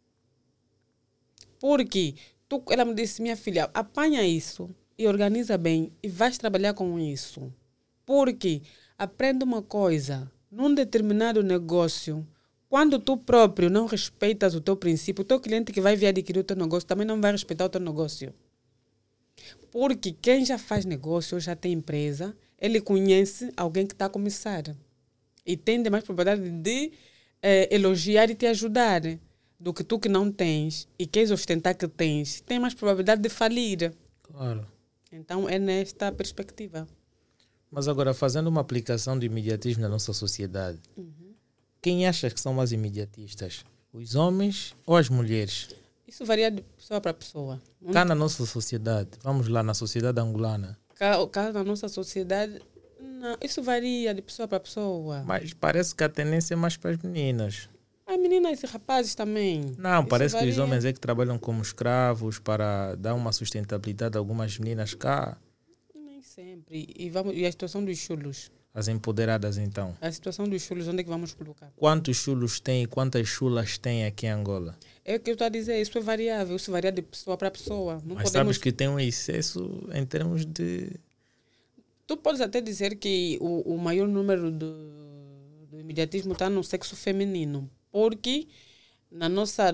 Porque ela me disse, minha filha, apanha isso e organiza bem e vais trabalhar com isso. Porque aprende uma coisa, num determinado negócio, quando tu próprio não respeitas o teu princípio, o teu cliente que vai vir adquirir o teu negócio também não vai respeitar o teu negócio. Porque quem já faz negócio, já tem empresa, ele conhece alguém que está a começar. e tende mais probabilidade de elogiar e te ajudar do que tu que não tens e queres ostentar que tens, tem mais probabilidade de falir. Claro. Então é nesta perspectiva. Mas agora, fazendo uma aplicação do imediatismo na nossa sociedade, quem acha que são mais imediatistas? Os homens ou as mulheres? Isso varia de pessoa para pessoa. Cá na nossa sociedade, vamos lá, na sociedade angolana. Cá na nossa sociedade, não, isso varia de pessoa para pessoa. Mas parece que a tendência é mais para as meninas. As meninas e rapazes também. Não, Isso parece que os varia. homens é que trabalham como escravos para dar uma sustentabilidade a algumas meninas cá. Nem sempre. E a situação dos chulos? As empoderadas, então. A situação dos chulos, onde é que vamos colocar? Quantos chulos tem e quantas chulas tem aqui em Angola? É o que eu estou a dizer, isso é variável, isso varia de pessoa para pessoa. Não Mas podemos... sabes que tem um excesso em termos de... Tu podes até dizer que o maior número do imediatismo está no sexo feminino, porque na nossa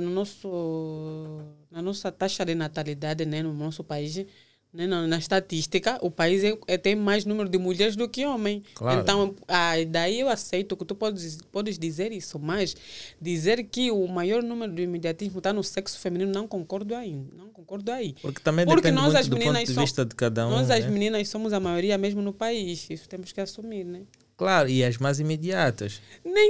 taxa de natalidade, né, no nosso país, né, na estatística, o país tem mais número de mulheres do que homens. Claro. Então, daí eu aceito que tu podes dizer isso, mas dizer que o maior número do imediatismo está no sexo feminino, não concordo aí. Porque também Porque depende nós, muito as do ponto meninas, de vista de cada um. nós, as né? meninas, somos a maioria mesmo no país. Isso temos que assumir, né? Claro, e as mais imediatas. Nem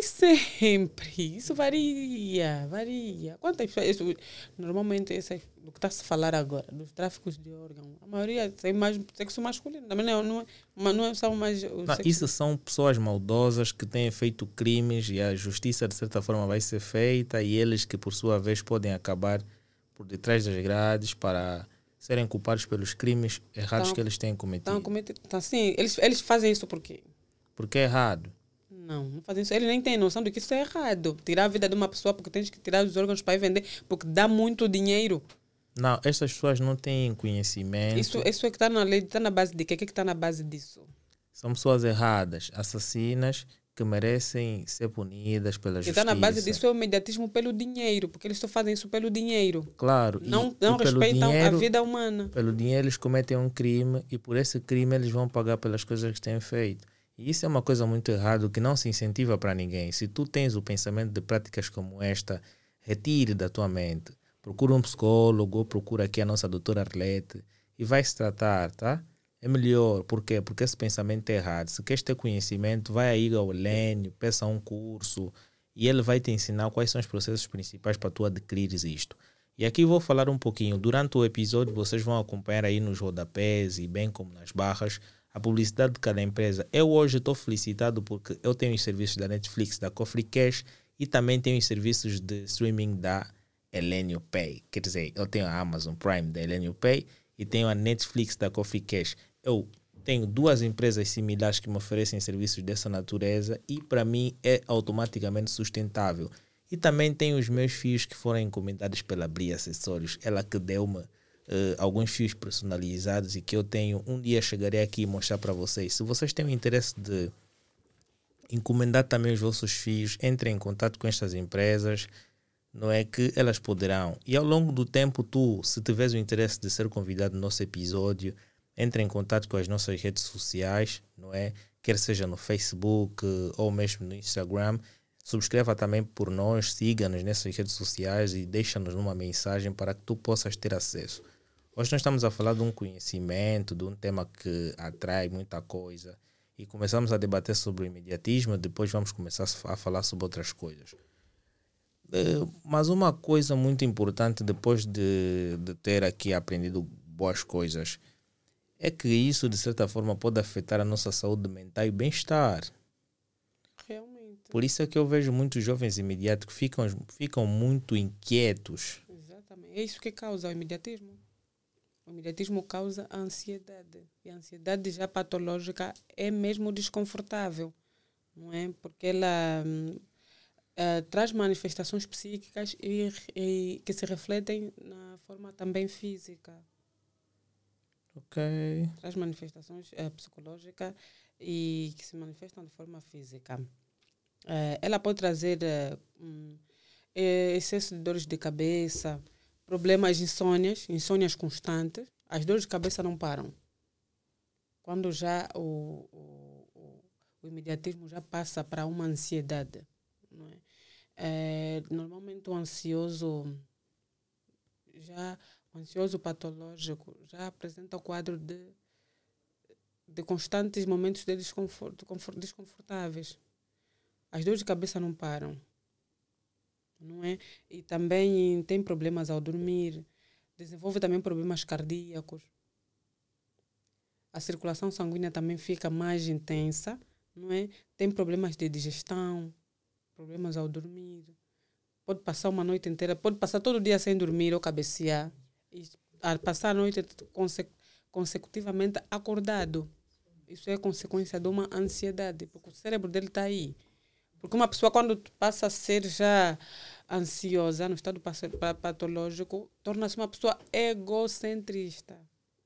sempre. Isso varia. Quantas pessoas... normalmente, do que está a se falar agora, dos tráficos de órgãos, a maioria tem mais sexo masculino. Também não são mais... Isso são pessoas maldosas que têm feito crimes e a justiça, de certa forma, vai ser feita e eles que, por sua vez, podem acabar por detrás das grades para serem culpados pelos crimes errados que eles têm cometido. Sim, eles fazem isso por quê? Porque é errado. Não fazem isso. Eles nem têm noção de que isso é errado. Tirar a vida de uma pessoa porque tens que tirar os órgãos para ir vender, porque dá muito dinheiro. Não, essas pessoas não têm conhecimento. Isso é que está na lei, está na base de quê? O que está na base disso? São pessoas erradas, assassinas, que merecem ser punidas pela justiça. Está na base disso é o imediatismo pelo dinheiro, porque eles só fazem isso pelo dinheiro. Claro. Não pelo respeitam dinheiro, a vida humana. Pelo dinheiro eles cometem um crime e por esse crime eles vão pagar pelas coisas que têm feito. E isso é uma coisa muito errada que não se incentiva para ninguém. Se tu tens o pensamento de práticas como esta, retire da tua mente. Procura um psicólogo, procura aqui a nossa doutora Arlete e vai se tratar, tá? É melhor. Por quê? Porque esse pensamento é errado. Se queres ter conhecimento, vai aí ao Helênio, peça um curso e ele vai te ensinar quais são os processos principais para tu adquirires isto. E aqui vou falar um pouquinho. Durante o episódio, vocês vão acompanhar aí nos rodapés e bem como nas barras a publicidade de cada empresa. Eu hoje estou felicitado porque eu tenho os serviços da Netflix, da Coffee Cash e também tenho os serviços de streaming da Helênio Pay. Quer dizer, eu tenho a Amazon Prime da Helênio Pay e tenho a Netflix da Coffee Cash. Eu tenho duas empresas similares que me oferecem serviços dessa natureza e para mim é automaticamente sustentável. E também tenho os meus fios que foram encomendados pela Bria Acessórios. Ela que deu-me alguns fios personalizados e que eu tenho. Um dia chegarei aqui e mostrar para vocês. Se vocês têm o interesse de encomendar também os vossos fios, entrem em contato com estas empresas, não é que elas poderão. E ao longo do tempo, tu, se tiveres o interesse de ser convidado no nosso episódio, entre em contato com as nossas redes sociais, não é? Quer seja no Facebook ou mesmo no Instagram. Subscreva também por nós, siga-nos nessas redes sociais e deixa-nos uma mensagem para que tu possas ter acesso. Hoje nós estamos a falar de um conhecimento, de um tema que atrai muita coisa e começamos a debater sobre o imediatismo, depois vamos começar a falar sobre outras coisas. Mas uma coisa muito importante depois de ter aqui aprendido boas coisas é que isso de certa forma pode afetar a nossa saúde mental e bem-estar. Realmente. Por isso é que eu vejo muitos jovens imediatos que ficam muito inquietos. Exatamente. É isso que causa o imediatismo. O imediatismo causa a ansiedade. E a ansiedade já patológica é mesmo desconfortável, não é? Porque ela traz manifestações psíquicas e que se refletem na forma também física. Ok. Traz manifestações psicológicas e que se manifestam de forma física. Ela pode trazer excesso de dores de cabeça, problemas insônias constantes. As dores de cabeça não param. Quando já o o imediatismo já passa para uma ansiedade. Não é? Normalmente o ansioso patológico já apresenta o quadro de constantes momentos de desconfortáveis. As dores de cabeça não param, não é? E também tem problemas ao dormir, desenvolve também problemas cardíacos. A circulação sanguínea também fica mais intensa, não é? Tem problemas de digestão, problemas ao dormir. Pode passar uma noite inteira, pode passar todo dia sem dormir ou cabecear. E passar a noite consecutivamente acordado. Isso é consequência de uma ansiedade, porque o cérebro dele está aí. Porque uma pessoa, quando passa a ser já ansiosa, no estado patológico, torna-se uma pessoa egocentrista.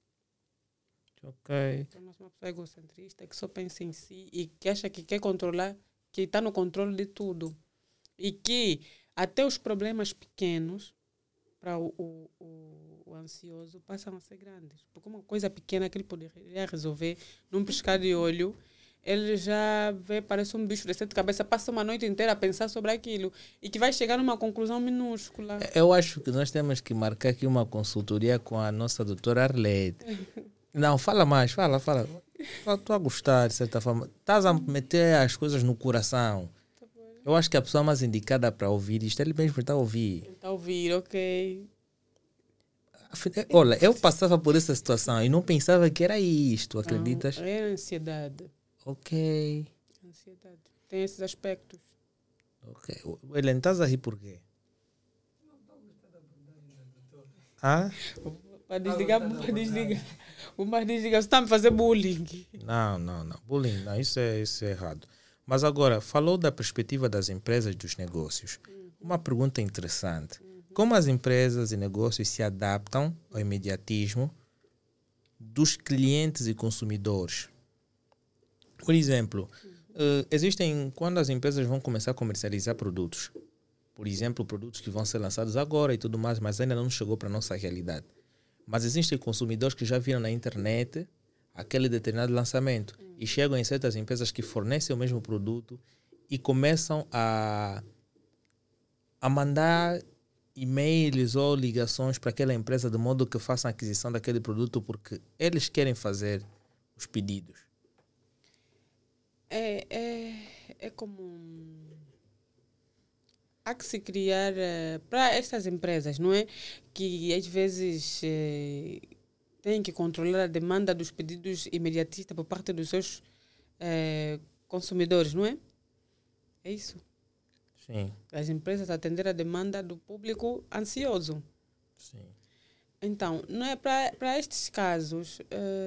Ok. Torna-se uma pessoa egocentrista, que só pensa em si e que acha que quer controlar, que está no controle de tudo. E que até os problemas pequenos para o ansioso passam a ser grandes. Porque uma coisa pequena que ele poderia resolver num piscar de olho, ele já vê, parece um bicho de 7 cabeças, passa uma noite inteira a pensar sobre aquilo e que vai chegar numa conclusão minúscula. Eu acho que nós temos que marcar aqui uma consultoria com a nossa doutora Arlete. Não, fala mais, fala. Estou a gostar, de certa forma. Estás a meter as coisas no coração. Eu acho que a pessoa mais indicada para ouvir isto, ele mesmo está a ouvir. Está a ouvir, ok. Olha, eu passava por essa situação e não pensava que era isto, acreditas? Não, é ansiedade. Ok. Ansiedade. Tem esses aspectos. Ok. Helene, estás a rir por quê? Ah? Para desligar. Vamos desligar. Você está a me fazer bullying. Não. Bullying, não, isso é errado. Mas agora, falou da perspectiva das empresas e dos negócios. Uma pergunta interessante. Como as empresas e negócios se adaptam ao imediatismo dos clientes e consumidores? Por exemplo, quando as empresas vão começar a comercializar produtos, por exemplo, produtos que vão ser lançados agora e tudo mais, mas ainda não chegou para a nossa realidade. Mas existem consumidores que já viram na internet aquele determinado lançamento e chegam em certas empresas que fornecem o mesmo produto e começam a mandar e-mails ou ligações para aquela empresa de modo que façam a aquisição daquele produto porque eles querem fazer os pedidos. É como... Há que se criar para estas empresas, não é? Que às vezes têm que controlar a demanda dos pedidos imediatistas por parte dos seus consumidores, não é? É isso. Sim. As empresas atender a demanda do público ansioso. Sim. Então, não é para estes casos,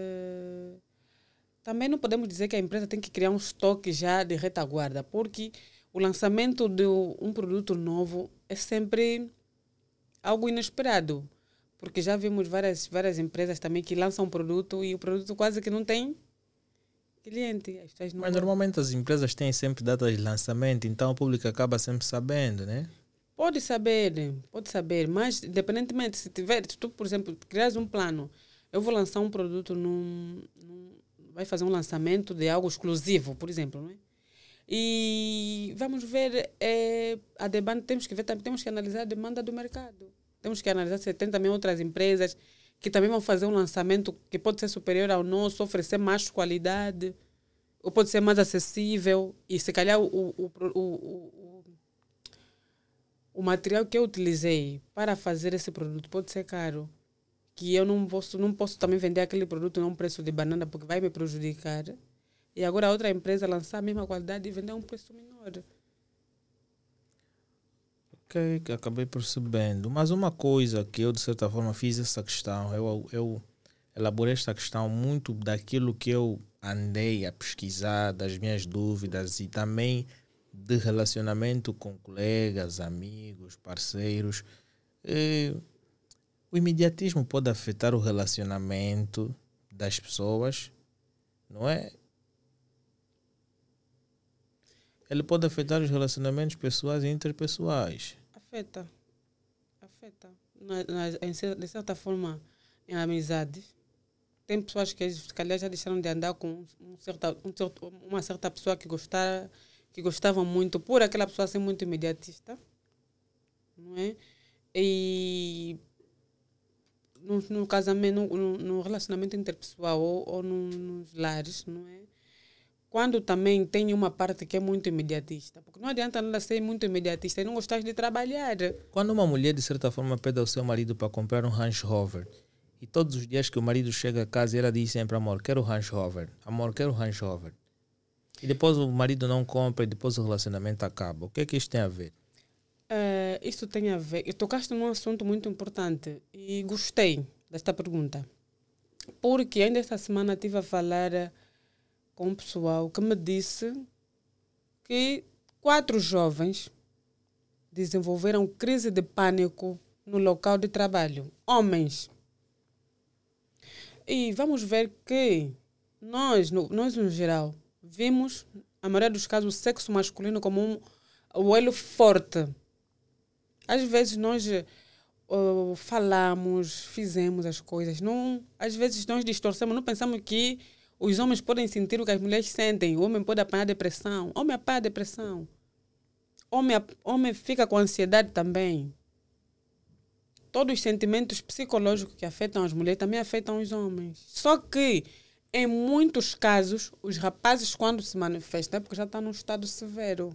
também não podemos dizer que a empresa tem que criar um estoque já de retaguarda, porque o lançamento de um produto novo é sempre algo inesperado. Porque já vimos várias empresas também que lançam um produto e o produto quase que não tem cliente. Mas normalmente as empresas têm sempre datas de lançamento, então o público acaba sempre sabendo, né? Pode saber, mas independentemente, se tu, por exemplo, criares um plano, eu vou lançar um produto vai fazer um lançamento de algo exclusivo, por exemplo, não é? E vamos ver a demanda, temos que analisar a demanda do mercado. Temos que analisar se tem também outras empresas que também vão fazer um lançamento que pode ser superior ao nosso, oferecer mais qualidade, ou pode ser mais acessível, e se calhar o material que eu utilizei para fazer esse produto pode ser caro, que eu não posso também vender aquele produto a um preço de banana porque vai me prejudicar. E agora a outra empresa lançar a mesma qualidade e vender a um preço menor. Ok, que acabei percebendo. Mas uma coisa que eu, de certa forma, fiz essa questão, eu elaborei esta questão muito daquilo que eu andei a pesquisar, das minhas dúvidas e também de relacionamento com colegas, amigos, parceiros. O imediatismo pode afetar o relacionamento das pessoas, não é? Ele pode afetar os relacionamentos pessoais e interpessoais. Afeta. De certa forma, em amizades. tem pessoas que se calhar já deixaram de andar com uma certa pessoa que gostava muito, por aquela pessoa ser muito imediatista, não é? E no casamento, no relacionamento interpessoal ou nos lares, não é? Quando também tem uma parte que é muito imediatista, porque não adianta nada ser muito imediatista e não gostar de trabalhar. Quando uma mulher, de certa forma, pede ao seu marido para comprar um Range Rover, e todos os dias que o marido chega a casa, ela diz sempre: amor, quero o Range Rover, amor, quero o Range Rover. E depois o marido não compra e depois o relacionamento acaba. O que é que isto tem a ver? Isso tem a ver... Eu tocaste num assunto muito importante e gostei desta pergunta. Porque ainda esta semana estive a falar com um pessoal que me disse que 4 jovens desenvolveram crise de pânico no local de trabalho. Homens. E vamos ver que nós no geral, vimos, a maioria dos casos, o sexo masculino como o elo forte. Às vezes nós falamos, fizemos as coisas. Não, às vezes nós distorcemos, não pensamos que os homens podem sentir o que as mulheres sentem. O homem pode apanhar depressão. Homem apanha depressão. Homem fica com ansiedade também. Todos os sentimentos psicológicos que afetam as mulheres também afetam os homens. Só que, em muitos casos, os rapazes, quando se manifestam, é porque já estão num estado severo.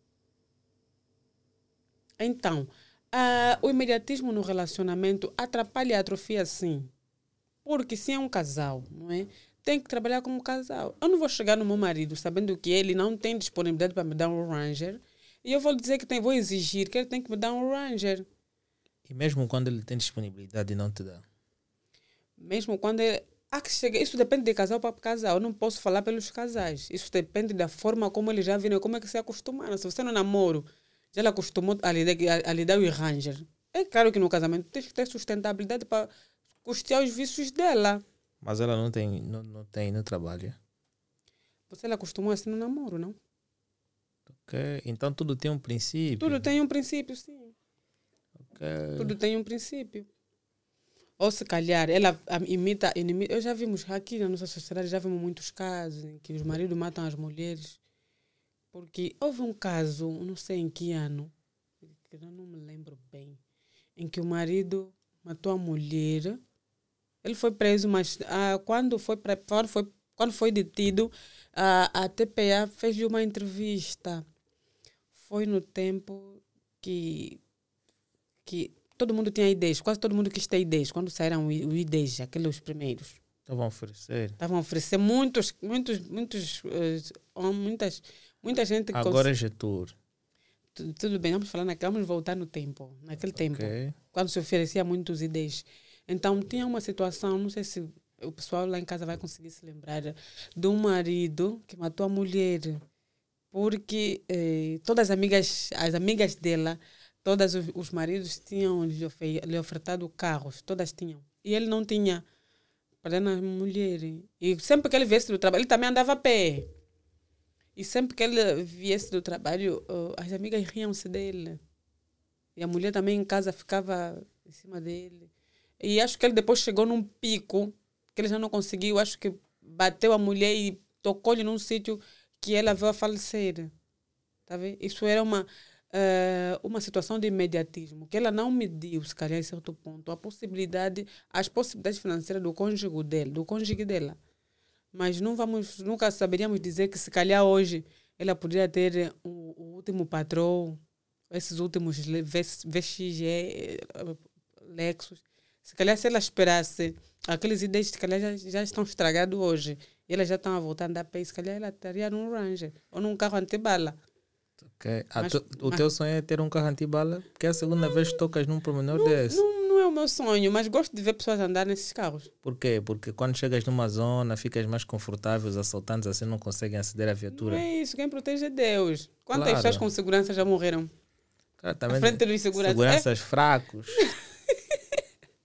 Então, o imediatismo no relacionamento atrapalha e atrofia, sim. Porque se é um casal, não é? Tem que trabalhar como casal. Eu não vou chegar no meu marido sabendo que ele não tem disponibilidade para me dar um Ranger e eu vou dizer que vou exigir que ele tem que me dar um Ranger. E mesmo quando ele tem disponibilidade e não te dá? Mesmo quando ele... Isso depende de casal para casal. Eu não posso falar pelos casais. Isso depende da forma como eles já viram, como é que se acostumaram. Se você no namoro já ele acostumou a lhe dar o Ranger, é claro que no casamento tem que ter sustentabilidade para custear os vícios dela. Mas ela não trabalha. Você ela acostumou assim no namoro, não? Ok. Então tudo tem um princípio. Tudo tem um princípio, sim. Ok. Tudo tem um princípio. Ou se calhar, ela imita... Eu já vimos aqui na nossa sociedade, já vimos muitos casos em que os maridos matam as mulheres. Porque houve um caso, não sei em que ano, que eu não me lembro bem, em que o marido matou a mulher. Ele foi preso, mas quando foi detido, a TPA fez uma entrevista. Foi no tempo que todo mundo tinha ideias, quase todo mundo quis ter ideias. Quando saíram os ideias, aqueles primeiros. Estavam a oferecer muita gente. Agora é Getúlio. Tudo bem, vamos voltar no tempo. Naquele tempo, quando se oferecia muitas ideias. Então, tinha uma situação, não sei se o pessoal lá em casa vai conseguir se lembrar, de um marido que matou a mulher. Porque todas as amigas dela, todos os maridos tinham lhe ofertado carros, todas tinham. E ele não tinha para dar a mulher. E sempre que ele viesse do trabalho, ele também andava a pé. E sempre que ele viesse do trabalho, as amigas riam-se dele. E a mulher também em casa ficava em cima dele. E acho que ele depois chegou num pico que ele já não conseguiu. Acho que bateu a mulher e tocou-lhe num sítio que ela veio a falecer. Tá vendo? Isso era uma situação de imediatismo, que ela não mediu, se calhar, em certo ponto, as possibilidades financeiras do cônjuge dela. Mas nunca saberíamos dizer que, se calhar, hoje ela poderia ter o último patrão, esses últimos VXG, Lexus. Se calhar, se ela esperasse, aqueles ideias, se calhar, já estão estragados hoje. E elas já estão a voltar a andar a pé. Se calhar, ela estaria num Ranger ou num carro antibala. Okay. O teu sonho é ter um carro antibala? Porque é a segunda vez que tocas num pormenor desse. Não é o meu sonho, mas gosto de ver pessoas andar nesses carros. Por quê? Porque quando chegas numa zona, ficas mais confortável, os assaltantes assim não conseguem aceder à viatura. Não é isso, quem protege é Deus. Quantas pessoas com segurança já morreram? Cara, também à frente dos seguranças fracos.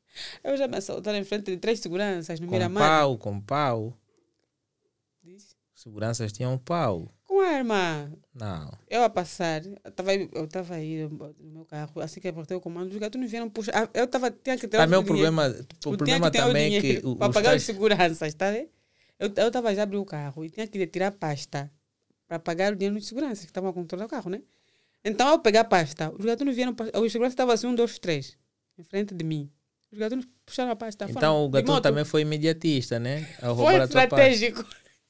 Eu já me assaltaram em frente de 3 seguranças no Miramar. Com pau. Diz? Seguranças tinham pau. Com arma. Não. Eu a passar, eu estava aí no meu carro, assim que apertei o comando, os gatos não vieram puxar. Tinha que ter Também o dinheiro. o problema também é que para os pagar tais... os seguranças, tá vendo? Eu estava já abrindo o carro e tinha que tirar a pasta para pagar o dinheiro dos seguranças que estavam a controlar o carro, né? Então, ao pegar a pasta, os gatos não vieram, os seguranças estavam assim, 1, 2, 3, em frente de mim. Os gatos puxaram a pasta. Então o gato também foi imediatista, né? Foi estratégico.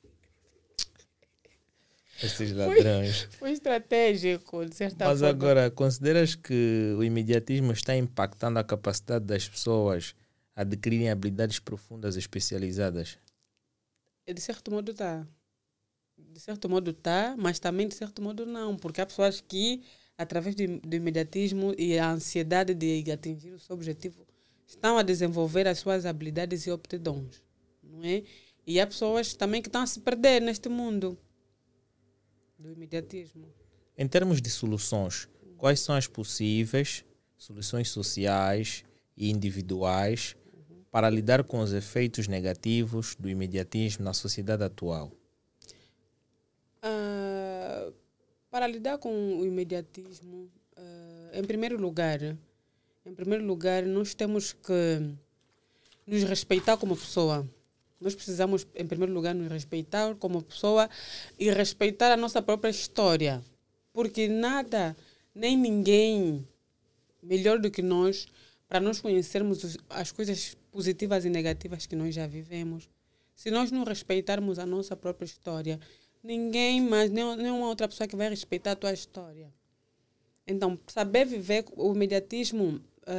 Esses ladrões. Foi estratégico, de certa Mas forma. agora, consideras que o imediatismo está impactando a capacidade das pessoas a adquirirem habilidades profundas e especializadas? De certo modo está. De certo modo está, mas também de certo modo não. Porque há pessoas que, através do imediatismo e a ansiedade de atingir o seu objetivo, estão a desenvolver as suas habilidades e aptidões. Não é? E há pessoas também que estão a se perder neste mundo do imediatismo. Em termos de soluções, quais são as possíveis soluções sociais e individuais para lidar com os efeitos negativos do imediatismo na sociedade atual? Para lidar com o imediatismo, em primeiro lugar, nós temos que nos respeitar como pessoa. Nós precisamos, em primeiro lugar, nos respeitar como pessoa e respeitar a nossa própria história. Porque nada, nem ninguém melhor do que nós, para nós conhecermos as coisas positivas e negativas que nós já vivemos. Se nós não respeitarmos a nossa própria história, ninguém mais, nenhuma outra pessoa que vai respeitar a tua história. Então, saber viver o imediatismo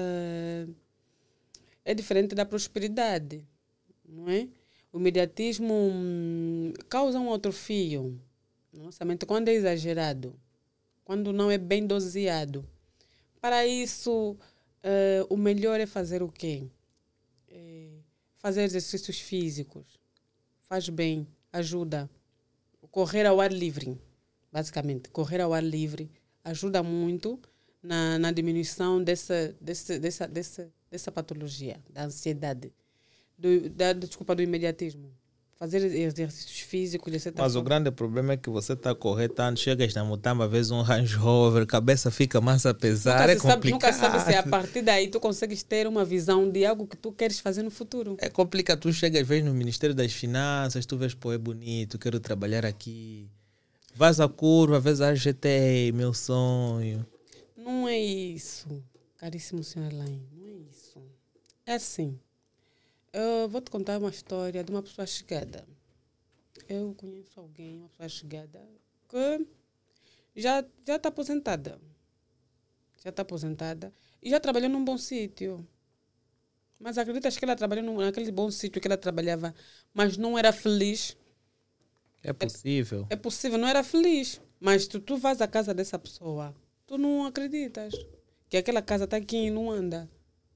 é diferente da prosperidade, não é? O imediatismo causa um atrofio na nossa mente quando é exagerado, quando não é bem doseado. Para isso, o melhor é fazer o quê? Fazer exercícios físicos. Faz bem, ajuda. Correr ao ar livre, basicamente. Correr ao ar livre ajuda muito na diminuição dessa patologia, da ansiedade. Do imediatismo. Fazer exercícios físicos, de certa Mas forma. o grande problema é que você está a correr tanto, chegas na Mutamba, vês um Range Rover, cabeça fica mais a pesar, é complicado. Nunca sabe se a partir daí tu consegues ter uma visão de algo que tu queres fazer no futuro. É complicado, tu chegas, vês no Ministério das Finanças, tu vês, pô, é bonito, quero trabalhar aqui. Vais à curva, vês a GT, meu sonho. Não é isso, caríssimo senhor Alain, não é isso. É assim. Eu vou te contar uma história de uma pessoa chegada. Eu conheço alguém, uma pessoa chegada, que já está aposentada. Já está aposentada e já trabalhou num bom sítio. Mas acreditas que ela trabalhou naquele bom sítio que ela trabalhava, mas não era feliz? É possível. É possível, não era feliz. Mas tu vais à casa dessa pessoa, tu não acreditas que aquela casa está aqui e não anda.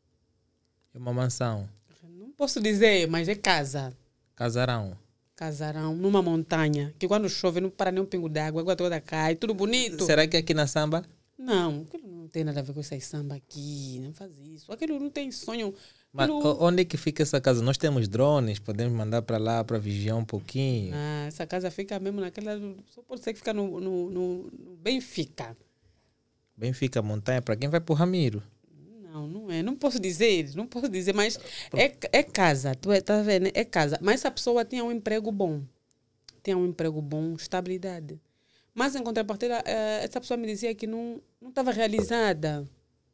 É uma mansão. Não posso dizer, mas é casa. Casarão. Casarão, numa montanha, que quando chove não para nem um pingo d'água, a água toda cai, tudo bonito. Será que aqui na Samba? Não, aquilo não tem nada a ver com essas samba aqui, não faz isso. Aquilo não tem sonho. Mas onde é que fica essa casa? Nós temos drones, podemos mandar para lá para vigiar um pouquinho. Essa casa fica mesmo naquela. Só pode ser que fica no Benfica. Benfica, montanha, para quem vai para o Ramiro? Não é. Não posso dizer, mas é casa. Tá vendo? É casa. Mas essa pessoa tinha um emprego bom. Estabilidade. Mas em contrapartida, essa pessoa me dizia que não estava realizada.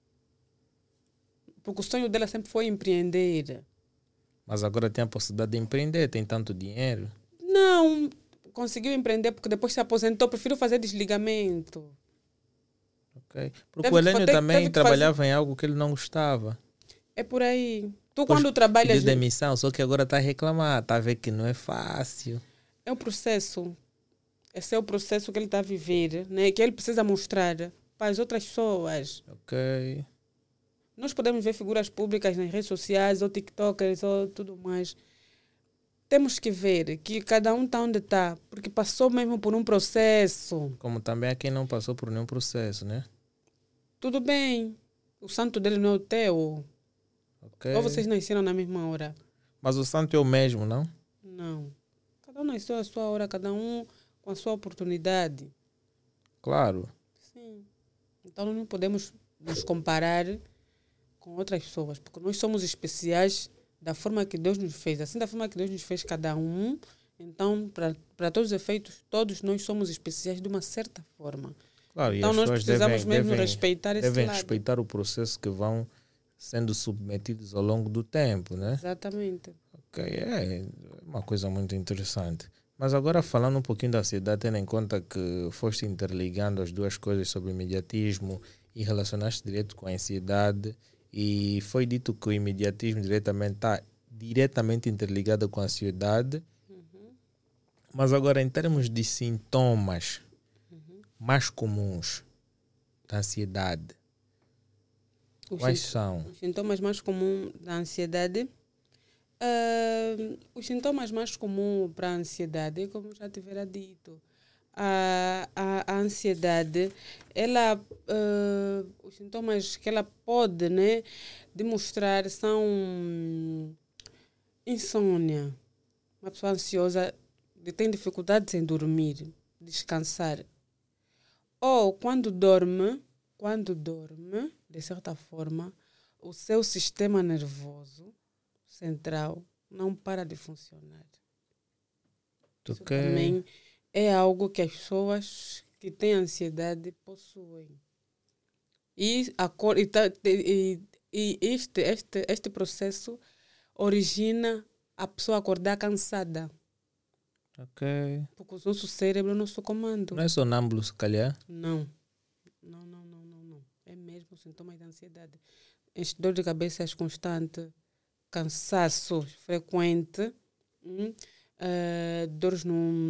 Porque o sonho dela sempre foi empreender. Mas agora tem a possibilidade de empreender, tem tanto dinheiro. Não, conseguiu empreender porque depois se aposentou. Prefiro fazer desligamento. Okay. Porque o Helênio também trabalhava em algo que ele não gostava. É por aí. Tu quando trabalhas... Pediu demissão, só que agora está a reclamar. Está a ver que não é fácil. É um processo. Esse é o processo que ele está a viver, né? Que ele precisa mostrar para as outras pessoas. Ok. Nós podemos ver figuras públicas nas redes sociais, ou TikTokers, ou tudo mais. Temos que ver que cada um está onde está, porque passou mesmo por um processo. Como também há quem não passou por nenhum processo, né? Tudo bem. O santo dele não é o teu. Okay. Ou vocês nasceram na mesma hora. Mas o santo é o mesmo, não? Não. Cada um a sua hora, cada um com a sua oportunidade. Claro. Sim. Então não podemos nos comparar com outras pessoas, porque nós somos especiais da forma que Deus nos fez. Assim, da forma que Deus nos fez cada um, então, para todos os efeitos, todos nós somos especiais de uma certa forma. Claro, então, e as nós pessoas precisamos mesmo respeitar esse devem lado. respeitar o processo que vão sendo submetidos ao longo do tempo, né? Exatamente. Ok, é uma coisa muito interessante. Mas agora falando um pouquinho da ansiedade, tendo em conta que foste interligando as duas coisas sobre o imediatismo e relacionaste direto com a ansiedade, e foi dito que o imediatismo está diretamente interligado com a ansiedade. Mas agora, em termos de sintomas mais comuns da ansiedade, quais são? Os sintomas mais comuns da ansiedade. Os sintomas mais comuns para a ansiedade, como já tivera dito, a ansiedade, ela, os sintomas que ela pode, né, demonstrar são insônia. Uma pessoa ansiosa tem dificuldade em dormir, descansar. Ou quando dorme, de certa forma, o seu sistema nervoso central não para de funcionar. Isso também é algo que as pessoas que têm ansiedade possuem. E este processo origina a pessoa acordar cansada. Ok. Porque o nosso cérebro é o nosso comando. Não é sonâmbulo, se calhar? Não. É mesmo sintomas da ansiedade. Dor de cabeça constante, cansaço frequente, dores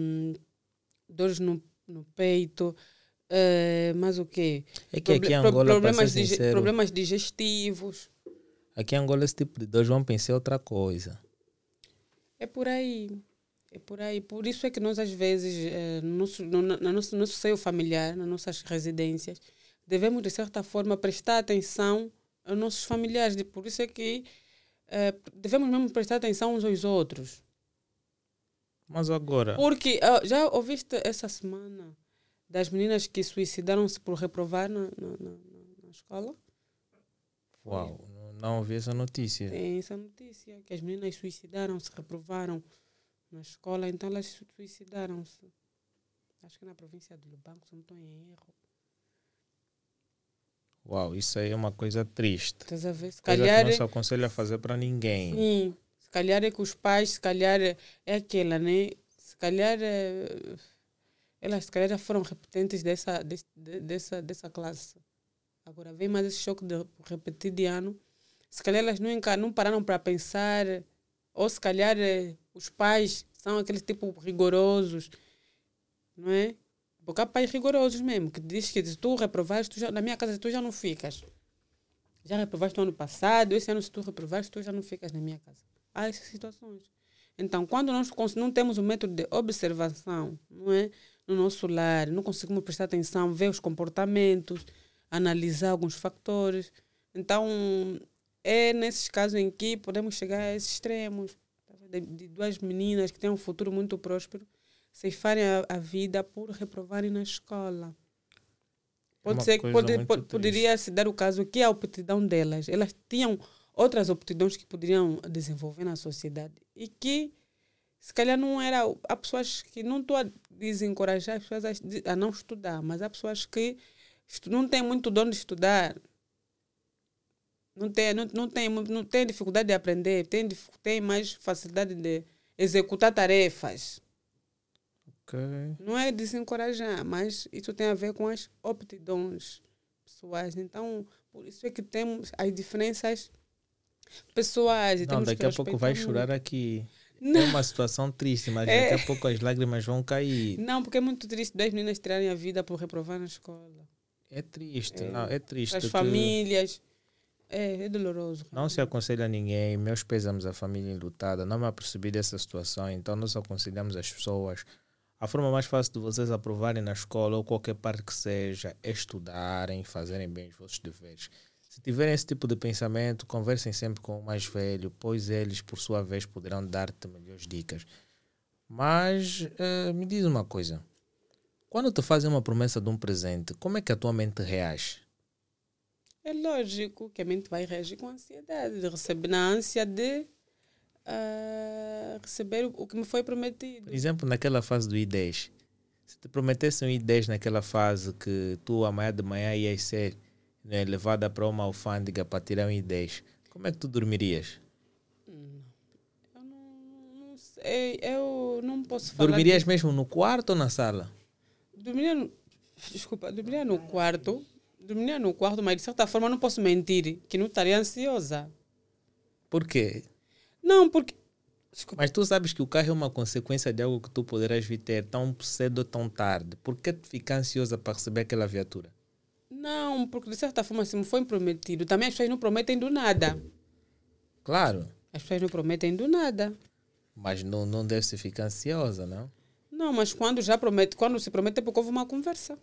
no peito, mas o quê? É que aqui em Angola, problemas digestivos. Aqui em Angola esse tipo de dores vão pensar outra coisa. É por aí. Por isso é que nós, às vezes, no nosso seio familiar, nas nossas residências, devemos, de certa forma, prestar atenção aos nossos familiares. Por isso é que devemos mesmo prestar atenção uns aos outros. Mas agora... Porque já ouviste essa semana das meninas que suicidaram-se por reprovar na escola? Uau, não ouvi essa notícia. Tem essa notícia, que as meninas suicidaram-se, reprovaram na escola, então elas suicidaram-se. Acho que na província do Lubango, se não estou em erro. Uau, isso aí é uma coisa triste. Estás a ver? Se coisa calhar, que não se aconselha a fazer para ninguém. Sim, se calhar é que os pais, se calhar é aquela, né? Se calhar elas se calhar já foram repetentes dessa classe. Agora vem mais esse choque de repetir de ano. Se calhar elas não pararam para pensar, ou se calhar os pais são aqueles tipo rigorosos, não é? Porque há pais rigorosos mesmo, que diz que se tu reprovares, na minha casa tu já não ficas. Já reprovaste no ano passado, esse ano se tu reprovares, tu já não ficas na minha casa. Há essas situações. Então, quando nós não temos um método de observação, não é? No nosso lar, não conseguimos prestar atenção, ver os comportamentos, analisar alguns fatores. Então, é nesses casos em que podemos chegar a esses extremos. De duas meninas que têm um futuro muito próspero, ceifarem a vida por reprovarem na escola. Poderia se dar o caso que a aptidão delas, elas tinham outras aptidões que poderiam desenvolver na sociedade e que se calhar não era. Há pessoas que não estou a desencorajar as pessoas a não estudar, mas há pessoas que não têm muito dom de estudar, não têm dificuldade de aprender, têm mais facilidade de executar tarefas. Okay. Não é desencorajar, mas isso tem a ver com as aptidões pessoais. Então, por isso é que temos as diferenças pessoais. Não, daqui a pouco vai chorar aqui. Não. É uma situação triste, mas daqui a pouco as lágrimas vão cair. Não, porque é muito triste 10 meninas tirarem a vida por reprovar na escola. É triste, é triste. As famílias, é doloroso. Não se aconselha a ninguém, meus pésamos à família enlutada, não me apercebi dessa situação, então nós aconselhamos as pessoas. A forma mais fácil de vocês aprovarem na escola ou qualquer parte que seja é estudarem, fazerem bem os vossos deveres. Se tiverem esse tipo de pensamento, conversem sempre com o mais velho, pois eles, por sua vez, poderão dar-te melhores dicas. Mas me diz uma coisa. Quando te fazem uma promessa de um presente, como é que a tua mente reage? É lógico que a mente vai reagir com ansiedade, de receber, na ânsia de receber o que me foi prometido. Por exemplo, naquela fase do I10. Se te prometessem um I10 naquela fase que tu amanhã de manhã ias ser, né, levada para uma alfândega para tirar um I10, como é que tu dormirias? Eu não sei, eu não posso falar. Dormirias mesmo no quarto ou na sala? Dormiria no quarto, mas de certa forma eu não posso mentir que não estaria ansiosa. Por quê? Não, porque... Desculpa. Mas tu sabes que o carro é uma consequência de algo que tu poderás vir ter tão cedo ou tão tarde. Por que ficar ansiosa para receber aquela viatura? Não, porque de certa forma se me foi prometido, também as pessoas não prometem do nada. Claro, As pessoas não prometem do nada. mas não deve se ficar ansiosa, não? Não, mas quando se promete é porque houve uma conversa.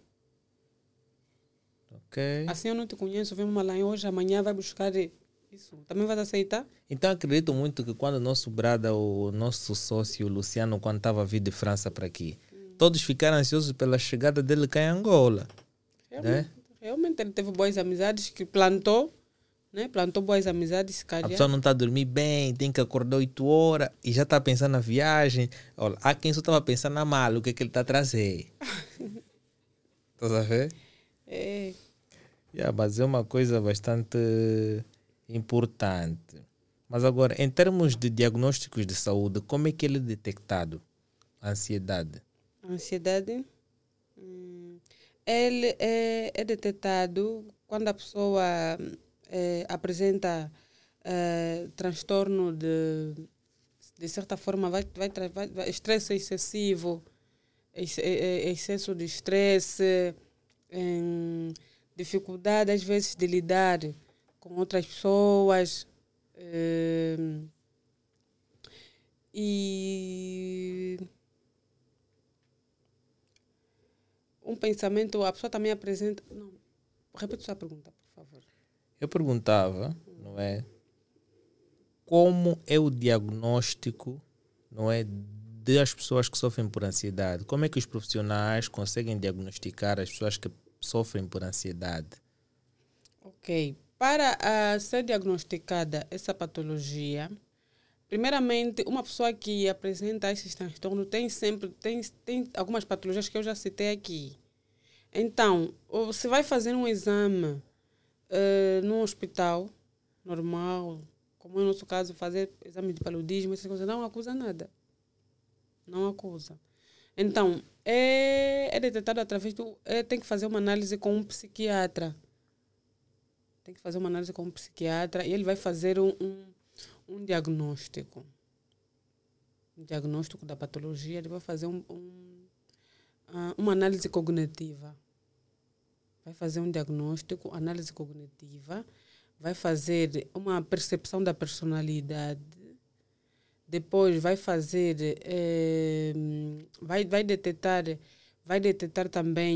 Ok. Assim eu não te conheço, vemos lá hoje, amanhã vai buscar isso. Também vais aceitar? Então acredito muito que quando o nosso brada, o nosso sócio Luciano, quando estava a vir de França para aqui, todos ficaram ansiosos pela chegada dele cá em Angola. Realmente ele teve boas amizades que plantou, né? Plantou boas amizades, se A calhar. pessoa não está a dormir bem, tem que acordar 8 horas e já está pensando na viagem. Olha, há quem só estava pensando na mala, o que é que ele está a trazer. Estás a ver? É. Mas é uma coisa bastante importante. Mas agora, em termos de diagnósticos de saúde, como é que ele é detectado? A ansiedade. A ansiedade, ele é detectado quando a pessoa apresenta transtorno de certa forma, estresse excessivo, excesso de estresse, dificuldade às vezes de lidar com outras pessoas. E um pensamento, a pessoa também apresenta. Não, repete sua pergunta, por favor. Eu perguntava, não é? Como é o diagnóstico, não é, das pessoas que sofrem por ansiedade? Como é que os profissionais conseguem diagnosticar as pessoas que sofrem por ansiedade? Ok. Para ser diagnosticada essa patologia, primeiramente, uma pessoa que apresenta esses transtornos tem algumas patologias que eu já citei aqui. Então, você vai fazer um exame num hospital normal, como no nosso caso, fazer exame de paludismo, essas coisas, não acusa nada. Não acusa. Então, é detectado através tem que fazer uma análise com um psiquiatra. Tem que fazer uma análise com um psiquiatra e ele vai fazer um diagnóstico. Um diagnóstico da patologia, ele vai fazer uma análise cognitiva. Vai fazer um diagnóstico, análise cognitiva, vai fazer uma percepção da personalidade, depois vai fazer, vai detectar também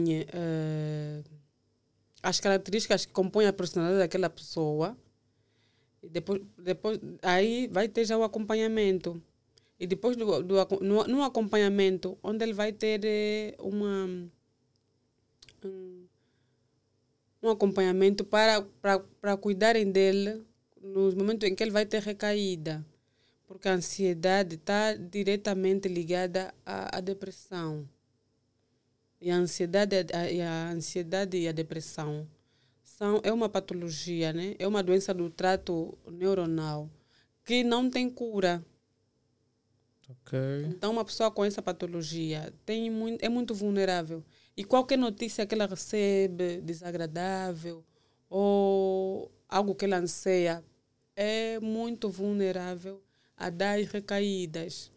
as características que compõem a personalidade daquela pessoa. E depois aí vai ter já o acompanhamento. E depois no acompanhamento, onde ele vai ter um acompanhamento para cuidarem dele nos momentos em que ele vai ter recaída. Porque a ansiedade está diretamente ligada à depressão. E a ansiedade e a depressão é uma patologia, né? É uma doença do trato neuronal que não tem cura. Okay. Então, uma pessoa com essa patologia é muito vulnerável. E qualquer notícia que ela recebe, desagradável, ou algo que ela anseia, é muito vulnerável a dar recaídas.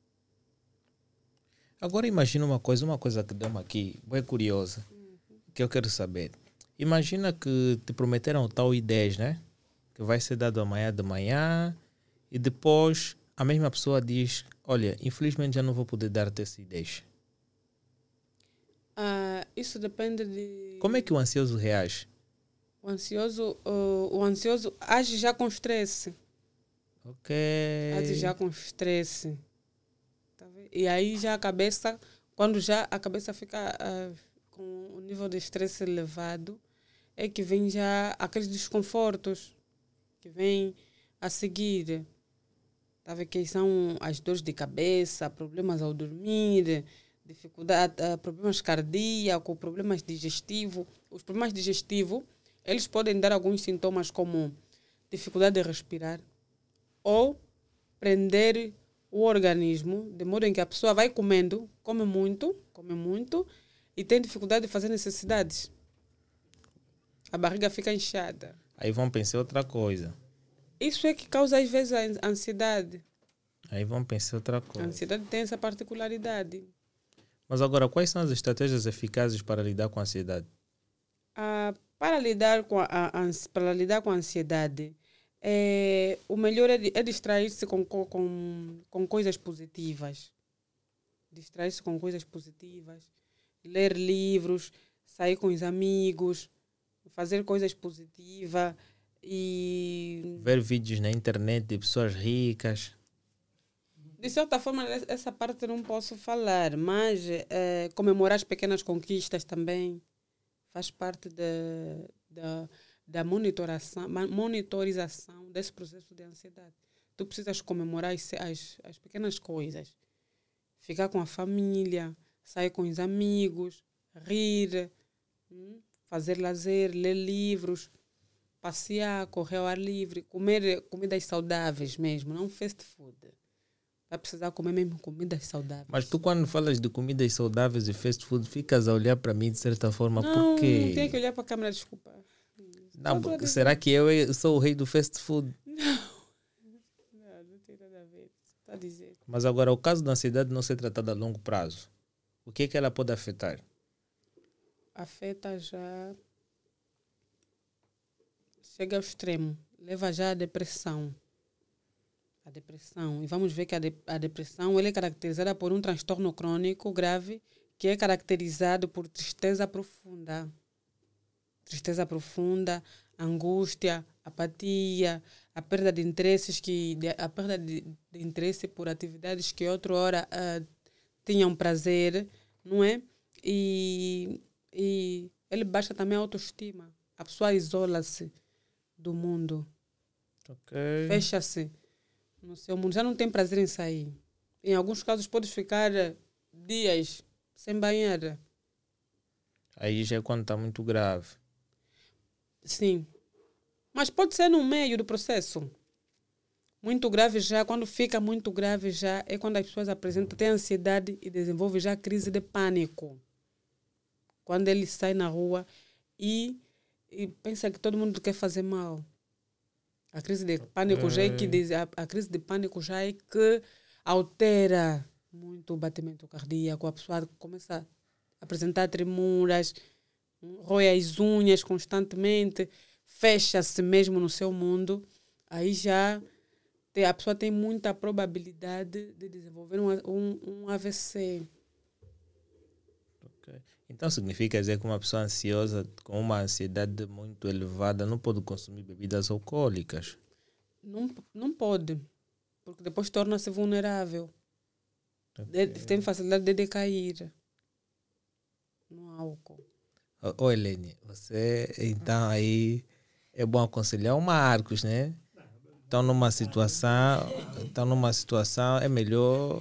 Agora imagina uma coisa que deu-me aqui, bem curiosa, que eu quero saber. Imagina que te prometeram o tal I10, né? Que vai ser dado amanhã de manhã e depois a mesma pessoa diz, olha, infelizmente já não vou poder dar-te esse I10. Isso depende de... Como é que o ansioso reage? O ansioso age já com estresse. Ok. Age já com estresse. Tá E aí já a cabeça, quando já a cabeça fica com o nível de estresse elevado, é que vem já aqueles desconfortos que vêm a seguir. Tá vendo? Que são as dores de cabeça, problemas ao dormir, dificuldade, problemas cardíacos, problemas digestivos. Os problemas digestivos, eles podem dar alguns sintomas como dificuldade de respirar ou prender o organismo, de modo em que a pessoa vai comendo, come muito e tem dificuldade de fazer necessidades. A barriga fica inchada. Aí vão pensar outra coisa. Isso é que causa às vezes a ansiedade. Aí vão pensar outra A coisa. ansiedade tem essa particularidade. Mas agora, quais são as estratégias eficazes para lidar com a ansiedade? Para lidar com a ansiedade, o melhor é distrair-se com coisas positivas. Distrair-se com coisas positivas. Ler livros, sair com os amigos, fazer coisas positivas e... Ver vídeos na internet de pessoas ricas. De certa forma, essa parte eu não posso falar, mas comemorar as pequenas conquistas também faz parte da monitorização desse processo de ansiedade. Tu precisas comemorar as pequenas coisas. Ficar com a família, sair com os amigos, rir, fazer lazer, ler livros, passear, correr ao ar livre, comer comidas saudáveis mesmo, não fast food. Vai precisar comer mesmo comidas saudáveis. Mas tu, quando falas de comidas saudáveis e fast food, ficas a olhar para mim de certa forma, não, porque... Não tem que olhar para a câmera, desculpa. Não, será que eu sou o rei do fast food? Não tem nada a ver. Está a dizer. Mas agora, o caso da ansiedade não ser tratado a longo prazo, o que é que ela pode afetar? Afeta já... Chega ao extremo. Leva já à depressão. A depressão. E vamos ver que a depressão ela é caracterizada por um transtorno crônico grave que é caracterizado por tristeza profunda. Tristeza profunda, angústia, apatia, a perda de interesses a perda de interesse por atividades que outra hora tinham prazer, não é? E ele baixa também a autoestima. A pessoa isola-se do mundo. Okay. Fecha-se no seu mundo. Já não tem prazer em sair. Em alguns casos podes ficar dias sem banhar. Aí já é quando está muito grave. Sim. Mas pode ser no meio do processo. Muito grave já, quando fica muito grave já, é quando as pessoas apresentam, têm ansiedade e desenvolvem já crise de pânico. Quando ele sai na rua e pensa que todo mundo quer fazer mal. A crise de pânico já é que a crise de pânico já é que altera muito o batimento cardíaco. A pessoa começa a apresentar tremuras, rói as unhas constantemente, fecha-se mesmo no seu mundo. Aí já a pessoa tem muita probabilidade de desenvolver um AVC. Okay. Então significa dizer que uma pessoa ansiosa com uma ansiedade muito elevada não pode consumir bebidas alcoólicas? Não pode, porque depois torna-se vulnerável. Okay. Tem facilidade de decair no álcool. Ô Helene, você então aí é bom aconselhar o Marcos, né? Estão numa situação é melhor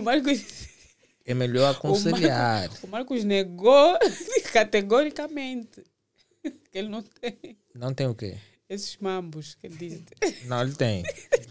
aconselhar. O Marcos negou categoricamente que ele não tem. Não tem o quê? Esses mambos que ele diz. Não, ele tem.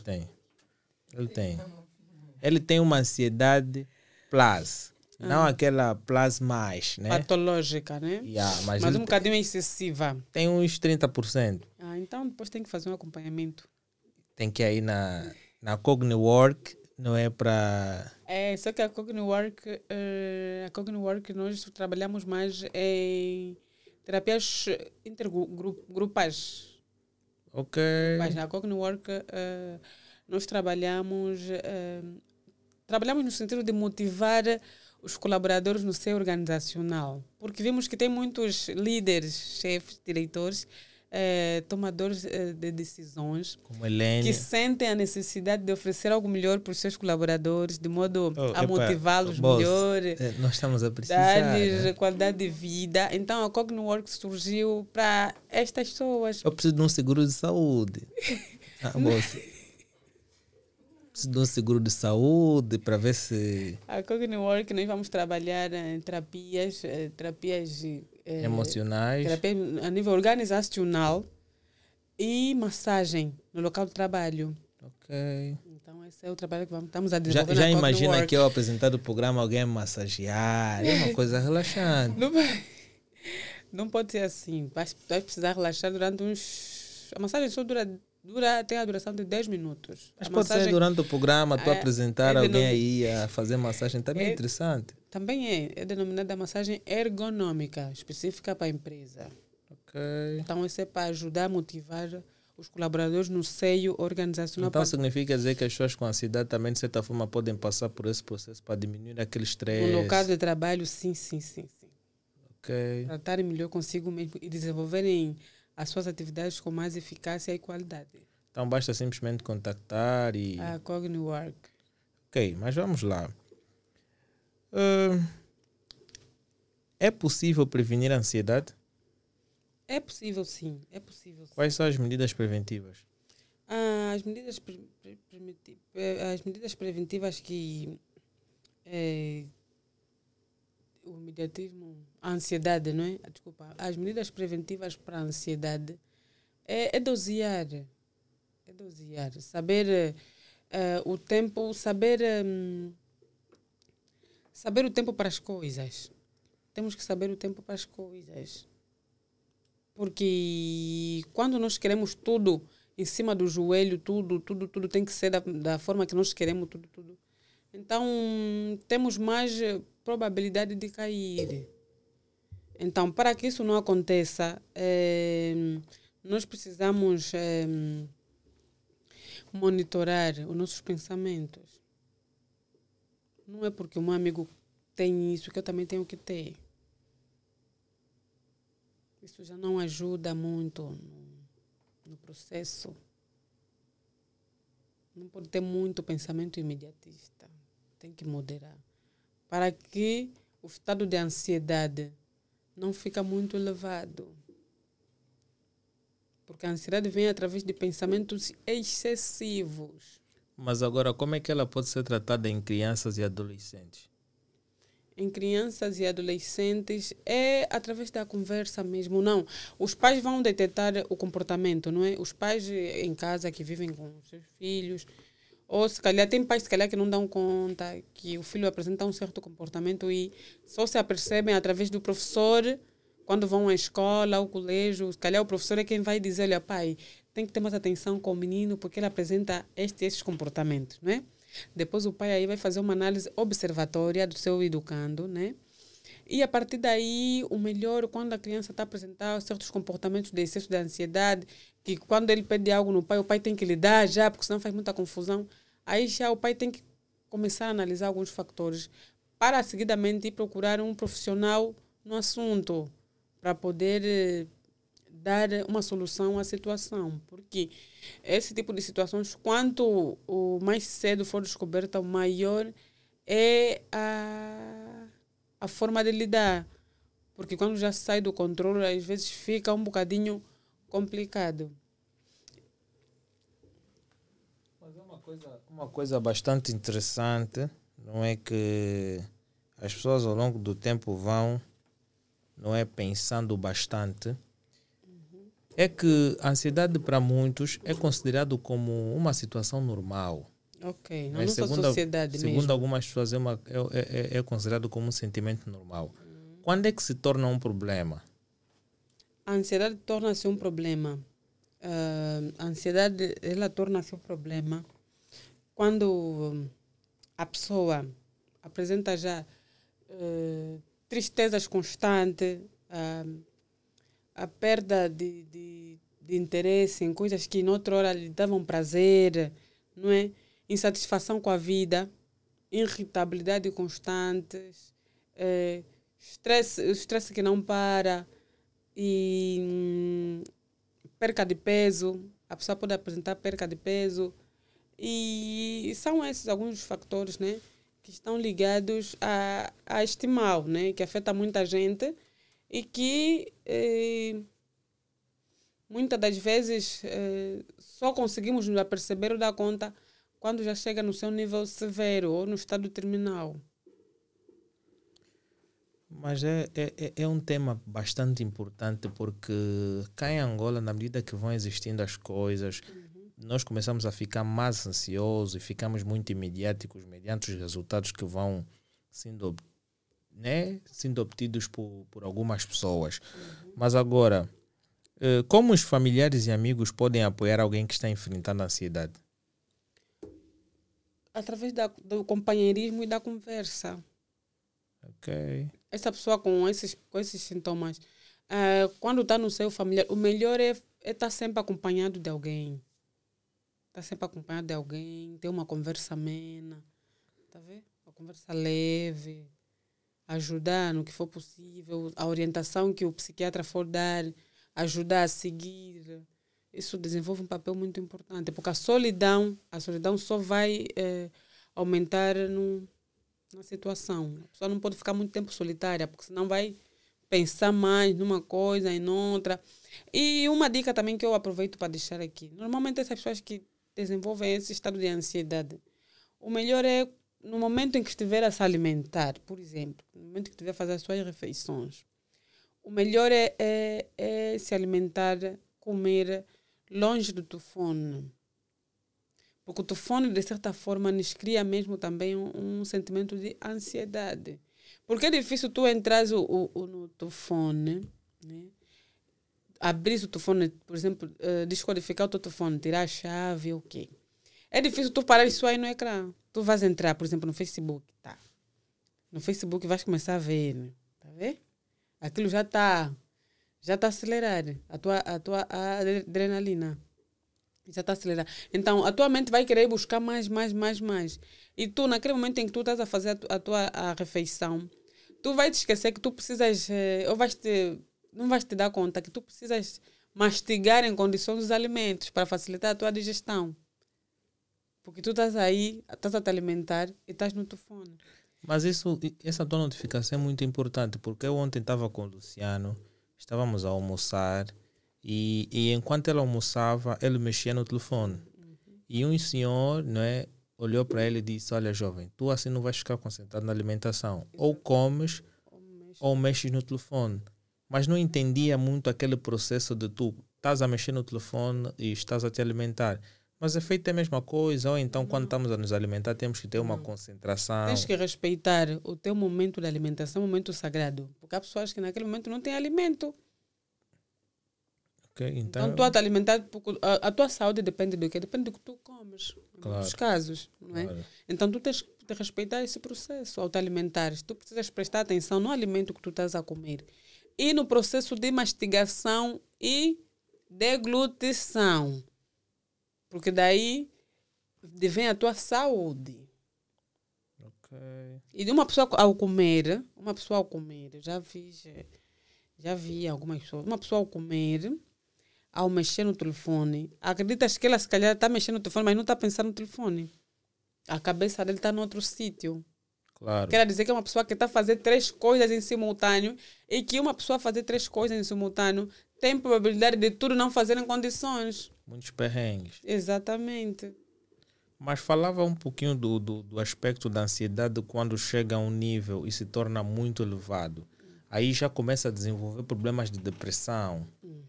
Ele tem uma ansiedade plus. Não aquela plus mais, né? Patológica, né? Yeah, mas um bocadinho excessiva. Tem uns 30%. Então depois tem que fazer um acompanhamento. Tem que ir na CogniWork, não é para... Só que a CogniWork nós trabalhamos mais em terapias intergrupais. Ok. Mas na CogniWork nós trabalhamos no sentido de motivar os colaboradores no seio organizacional. Porque vimos que tem muitos líderes, chefes, diretores tomadores de decisões Como Helene. que sentem a necessidade de oferecer algo melhor para os seus colaboradores, de modo a Epa, motivá-los boss, melhor, nós estamos a precisar. dar-lhes Né? qualidade de vida. Então a Cogniwork surgiu para estas pessoas. Eu preciso de um seguro de saúde. Moça. Preciso de um seguro de saúde para ver se... A Cogniwork nós vamos trabalhar em terapias emocionais. terapia a nível organizacional e massagem no local de trabalho. Ok. Então esse é o trabalho que estamos a Já desenvolver na imagina Cogniwork. que eu apresentado o programa, alguém me massagear. É uma coisa relaxante. Não pode ser assim. Vai precisar relaxar durante uns... A massagem só tem a duração de 10 minutos. Mas A pode massagem ser durante o programa, tu apresentar alguém aí a fazer massagem. Também é interessante. Também é denominada massagem ergonômica, específica para a empresa. Ok. Então, isso é para ajudar a motivar os colaboradores no seio organizacional. Então, significa dizer que as pessoas com ansiedade também, de certa forma, podem passar por esse processo para diminuir aquele estresse. No local de trabalho, sim. Ok. Para estarem melhor consigo mesmo e desenvolverem as suas atividades com mais eficácia e qualidade. Então, basta simplesmente contactar e... A Cogniwork. Ok, mas vamos lá. É possível prevenir a ansiedade? É possível, sim. Quais são as medidas preventivas? As medidas preventivas que o imediatismo, a ansiedade, não é? Desculpa. As medidas preventivas para a ansiedade é dosear. É dosear. Saber o tempo, saber o tempo para as coisas. Temos que saber o tempo para as coisas. Porque quando nós queremos tudo em cima do joelho, tudo tem que ser da forma que nós queremos, tudo. Então, temos mais probabilidade de cair. Então, para que isso não aconteça, nós precisamos monitorar os nossos pensamentos. Não é porque o meu amigo tem isso que eu também tenho que ter. Isso já não ajuda muito no processo. Não pode ter muito pensamento imediatista. Tem que moderar. Para que o estado de ansiedade não fique muito elevado. Porque a ansiedade vem através de pensamentos excessivos. Mas agora, como é que ela pode ser tratada em crianças e adolescentes? Em crianças e adolescentes é através da conversa mesmo. Não, os pais vão detectar o comportamento, não é? Os pais em casa que vivem com os seus filhos, ou se calhar, tem pais que não dão conta que o filho apresenta um certo comportamento e só se apercebem através do professor quando vão à escola, ao colégio. Se calhar o professor é quem vai dizer, olha pai, tem que ter mais atenção com o menino porque ele apresenta esses comportamentos, não é? Depois o pai aí vai fazer uma análise observatória do seu educando, né? E a partir daí, o melhor, quando a criança está a apresentar certos comportamentos de excesso de ansiedade, que quando ele pede algo no pai, o pai tem que lhe dar já, porque senão faz muita confusão. Aí já o pai tem que começar a analisar alguns fatores para seguidamente ir procurar um profissional no assunto para poder dar uma solução à situação. Porque esse tipo de situações, quanto o mais cedo for descoberta, o maior é a forma de lidar. Porque quando já sai do controle, às vezes fica um bocadinho complicado. Mas é uma coisa bastante interessante, não é, que as pessoas ao longo do tempo vão, não é, pensando bastante. É que a ansiedade para muitos é considerado como uma situação normal. Ok, na nossa sociedade mesmo. Segundo algumas pessoas é considerado como um sentimento normal. Quando é que se torna um problema? A ansiedade torna-se um problema. A ansiedade, ela torna-se um problema quando a pessoa apresenta já tristezas constantes, a perda de interesse em coisas que noutra hora lhe davam prazer, não é? Insatisfação com a vida, irritabilidade constante, estresse que não para e perca de peso, a pessoa pode apresentar perca de peso. E são esses alguns fatores, né, que estão ligados a este mal, né, que afeta muita gente e que muitas das vezes só conseguimos nos aperceber ou dar conta quando já chega no seu nível severo ou no estado terminal. Mas é um tema bastante importante porque cá em Angola, na medida que vão existindo as coisas, nós começamos a ficar mais ansiosos e ficamos muito imediáticos mediante os resultados que vão sendo, né, sendo obtidos por algumas pessoas. Mas agora, como os familiares e amigos podem apoiar alguém que está enfrentando a ansiedade? Através do companheirismo e da conversa. Ok. Essa pessoa com esses sintomas, quando está no seu familiar, o melhor é estar sempre acompanhado de alguém. Estar sempre acompanhado de alguém, ter uma conversa amena, tá vendo? Uma conversa leve, ajudar no que for possível, a orientação que o psiquiatra for dar, ajudar a seguir. Isso desenvolve um papel muito importante, porque a solidão só vai aumentar na situação. A pessoa não pode ficar muito tempo solitária, porque senão vai pensar mais numa coisa e noutra. E uma dica também que eu aproveito para deixar aqui. Normalmente essas pessoas que desenvolvem esse estado de ansiedade, o melhor é no momento em que estiver a se alimentar, por exemplo, no momento que estiver a fazer as suas refeições, o melhor é se alimentar, comer longe do telefone. Porque o telefone, de certa forma, nos cria mesmo também um sentimento de ansiedade. Porque é difícil tu entrar no telefone, né? Abrir o telefone, por exemplo, descodificar o teu telefone, tirar a chave, ok. É difícil tu parar isso aí no ecrã. Tu vais entrar, por exemplo, no Facebook, tá? No Facebook vais começar a ver, né? Tá vendo? Aquilo já está acelerado, a tua adrenalina. Já está acelerada. Então, a tua mente vai querer buscar mais. E tu, naquele momento em que tu estás a fazer a refeição, tu vais te esquecer que tu precisas, não vais te dar conta que tu precisas mastigar em condições os alimentos para facilitar a tua digestão. Porque tu estás aí, estás a te alimentar e estás no telefone. Mas essa tua notificação é muito importante, porque eu ontem estava com o Luciano, estávamos a almoçar, e enquanto ele almoçava, ele mexia no telefone. E um senhor, não é, olhou para ele e disse: olha, jovem, tu assim não vais ficar concentrado na alimentação. Ou comes ou mexes no telefone. Mas não entendia muito aquele processo de tu estás a mexer no telefone e estás a te alimentar. Mas é feito a mesma coisa. Ou então, quando estamos a nos alimentar, temos que ter uma concentração. Tens que respeitar o teu momento de alimentação, um momento sagrado. Porque há pessoas que naquele momento não têm alimento. Okay, então tu a te alimentar, a tua saúde depende do quê? Depende do que tu comes, em muitos casos, não é? Claro. Então tu tens que respeitar esse processo ao te alimentares. Tu precisas prestar atenção no alimento que tu estás a comer e no processo de mastigação e deglutição, porque daí vem a tua saúde. Okay. E de uma pessoa ao comer, já vi algumas pessoas, uma pessoa ao comer, ao mexer no telefone, acreditas que ela se calhar está mexendo no telefone, mas não está pensando no telefone. A cabeça dele está em outro sítio. Claro. Quer dizer que é uma pessoa que está a fazer 3 coisas em simultâneo e que uma pessoa fazer 3 coisas em simultâneo tem probabilidade de tudo não fazer em condições. Muitos perrengues. Exatamente. Mas falava um pouquinho do aspecto da ansiedade quando chega a um nível e se torna muito elevado. Aí já começa a desenvolver problemas de depressão.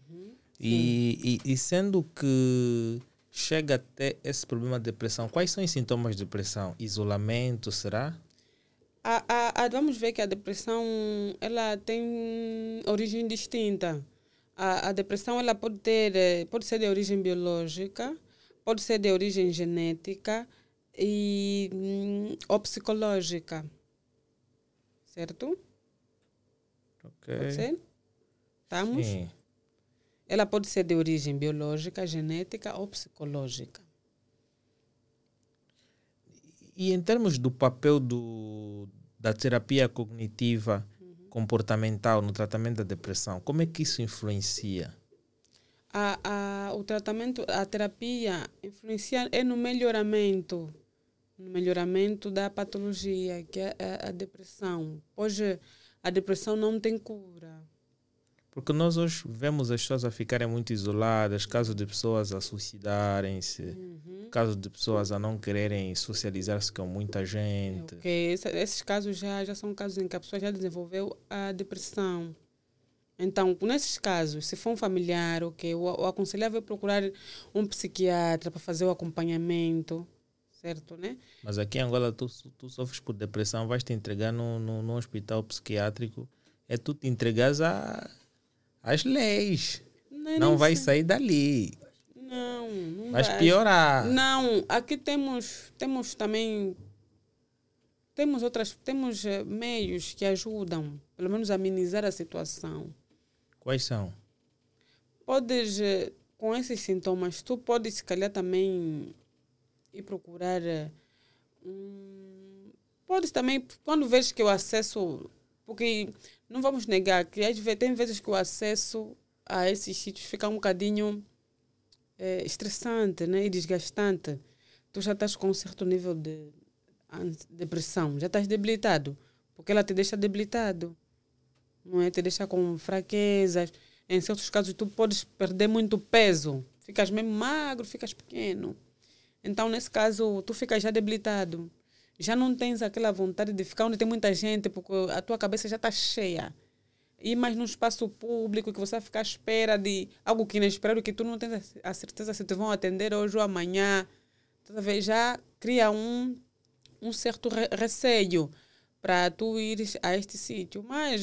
E sendo que chega até esse problema de depressão, quais são os sintomas de depressão? Isolamento, será? Vamos ver que a depressão ela tem origem distinta. A depressão ela pode ser de origem biológica, pode ser de origem genética ou psicológica. Certo? Ok. Pode ser? Estamos? Sim. Ela pode ser de origem biológica, genética ou psicológica. E em termos do papel da terapia cognitiva comportamental no tratamento da depressão, como é que isso influencia? o tratamento, a terapia influencia no melhoramento da patologia, que é a depressão. Hoje, a depressão não tem cura. Porque nós hoje vemos as pessoas a ficarem muito isoladas, casos de pessoas a suicidarem-se, casos de pessoas a não quererem socializar-se com muita gente. Esses casos já são casos em que a pessoa já desenvolveu a depressão. Então, nesses casos, se for um familiar, o aconselhável é procurar um psiquiatra para fazer o acompanhamento, certo, né? Mas aqui em Angola, tu sofres por depressão, vais te entregar num hospital psiquiátrico, é tu te entregas às leis. Não vais sair dali. Não vais piorar. Não, aqui temos também... Temos meios que ajudam, pelo menos, a amenizar a situação. Quais são? Podes, com esses sintomas, tu podes, se calhar, também ir procurar Podes também, quando vês que o acesso... Porque não vamos negar que tem vezes que o acesso a esses sítios fica um bocadinho estressante, né, e desgastante. Tu já estás com um certo nível de depressão, já estás debilitado, porque ela te deixa debilitado, não é? Te deixa com fraquezas. Em certos casos tu podes perder muito peso, ficas mesmo magro, ficas pequeno. Então, nesse caso, tu ficas já debilitado, já não tens aquela vontade de ficar onde tem muita gente, porque a tua cabeça já está cheia. E mais num espaço público que você vai ficar à espera de algo que inesperado, que tu não tens a certeza se te vão atender hoje ou amanhã. Talvez já cria um certo receio para tu ires a este sítio. Mas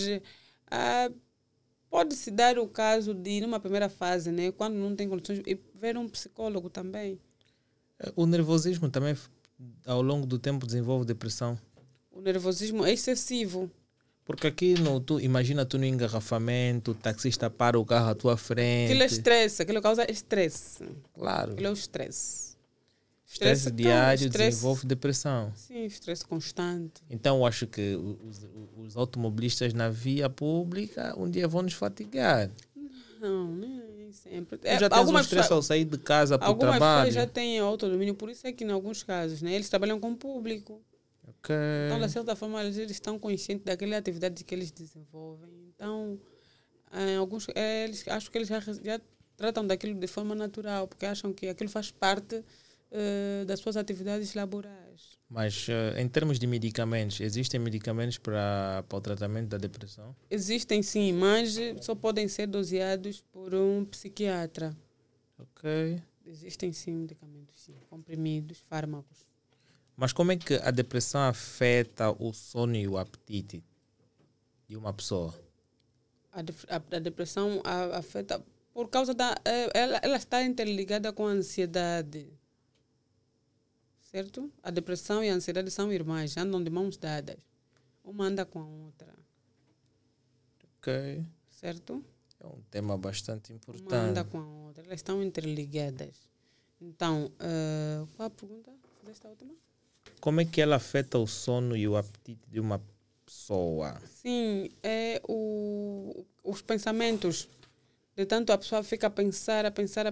pode-se dar o caso de, numa primeira fase, né, quando não tem condições, e ver um psicólogo também. O nervosismo também, ao longo do tempo, desenvolve depressão. O nervosismo é excessivo. Porque aqui, imagina tu no engarrafamento, o taxista para o carro à tua frente. Aquilo é estresse, aquilo causa estresse. Claro. Aquilo é o estresse. Estresse diário desenvolve depressão. Sim, estresse constante. Então, eu acho que os automobilistas na via pública um dia vão nos fatigar. Não, nem sempre. Tu já tens um estresse ao sair de casa para o trabalho? Algumas pessoas já têm autodomínio, por isso é que, em alguns casos, né, eles trabalham com o público. Okay. Então, de certa forma, eles estão conscientes daquela atividade que eles desenvolvem. Então, acho que eles já tratam daquilo de forma natural, porque acham que aquilo faz parte das suas atividades laborais. Mas, em termos de medicamentos, existem medicamentos para o tratamento da depressão? Existem sim, mas só podem ser doseados por um psiquiatra. Ok. Existem sim medicamentos, sim, comprimidos, fármacos. Mas como é que a depressão afeta o sono e o apetite de uma pessoa? A depressão afeta por causa ela está interligada com a ansiedade. Certo? A depressão e a ansiedade são irmãs, andam de mãos dadas. Uma anda com a outra. Ok. Certo? É um tema bastante importante. Uma anda com a outra. Elas estão interligadas. Então, qual a pergunta? Fizeste a última? Como é que ela afeta o sono e o apetite de uma pessoa? Sim, os pensamentos. De tanto a pessoa fica a pensar,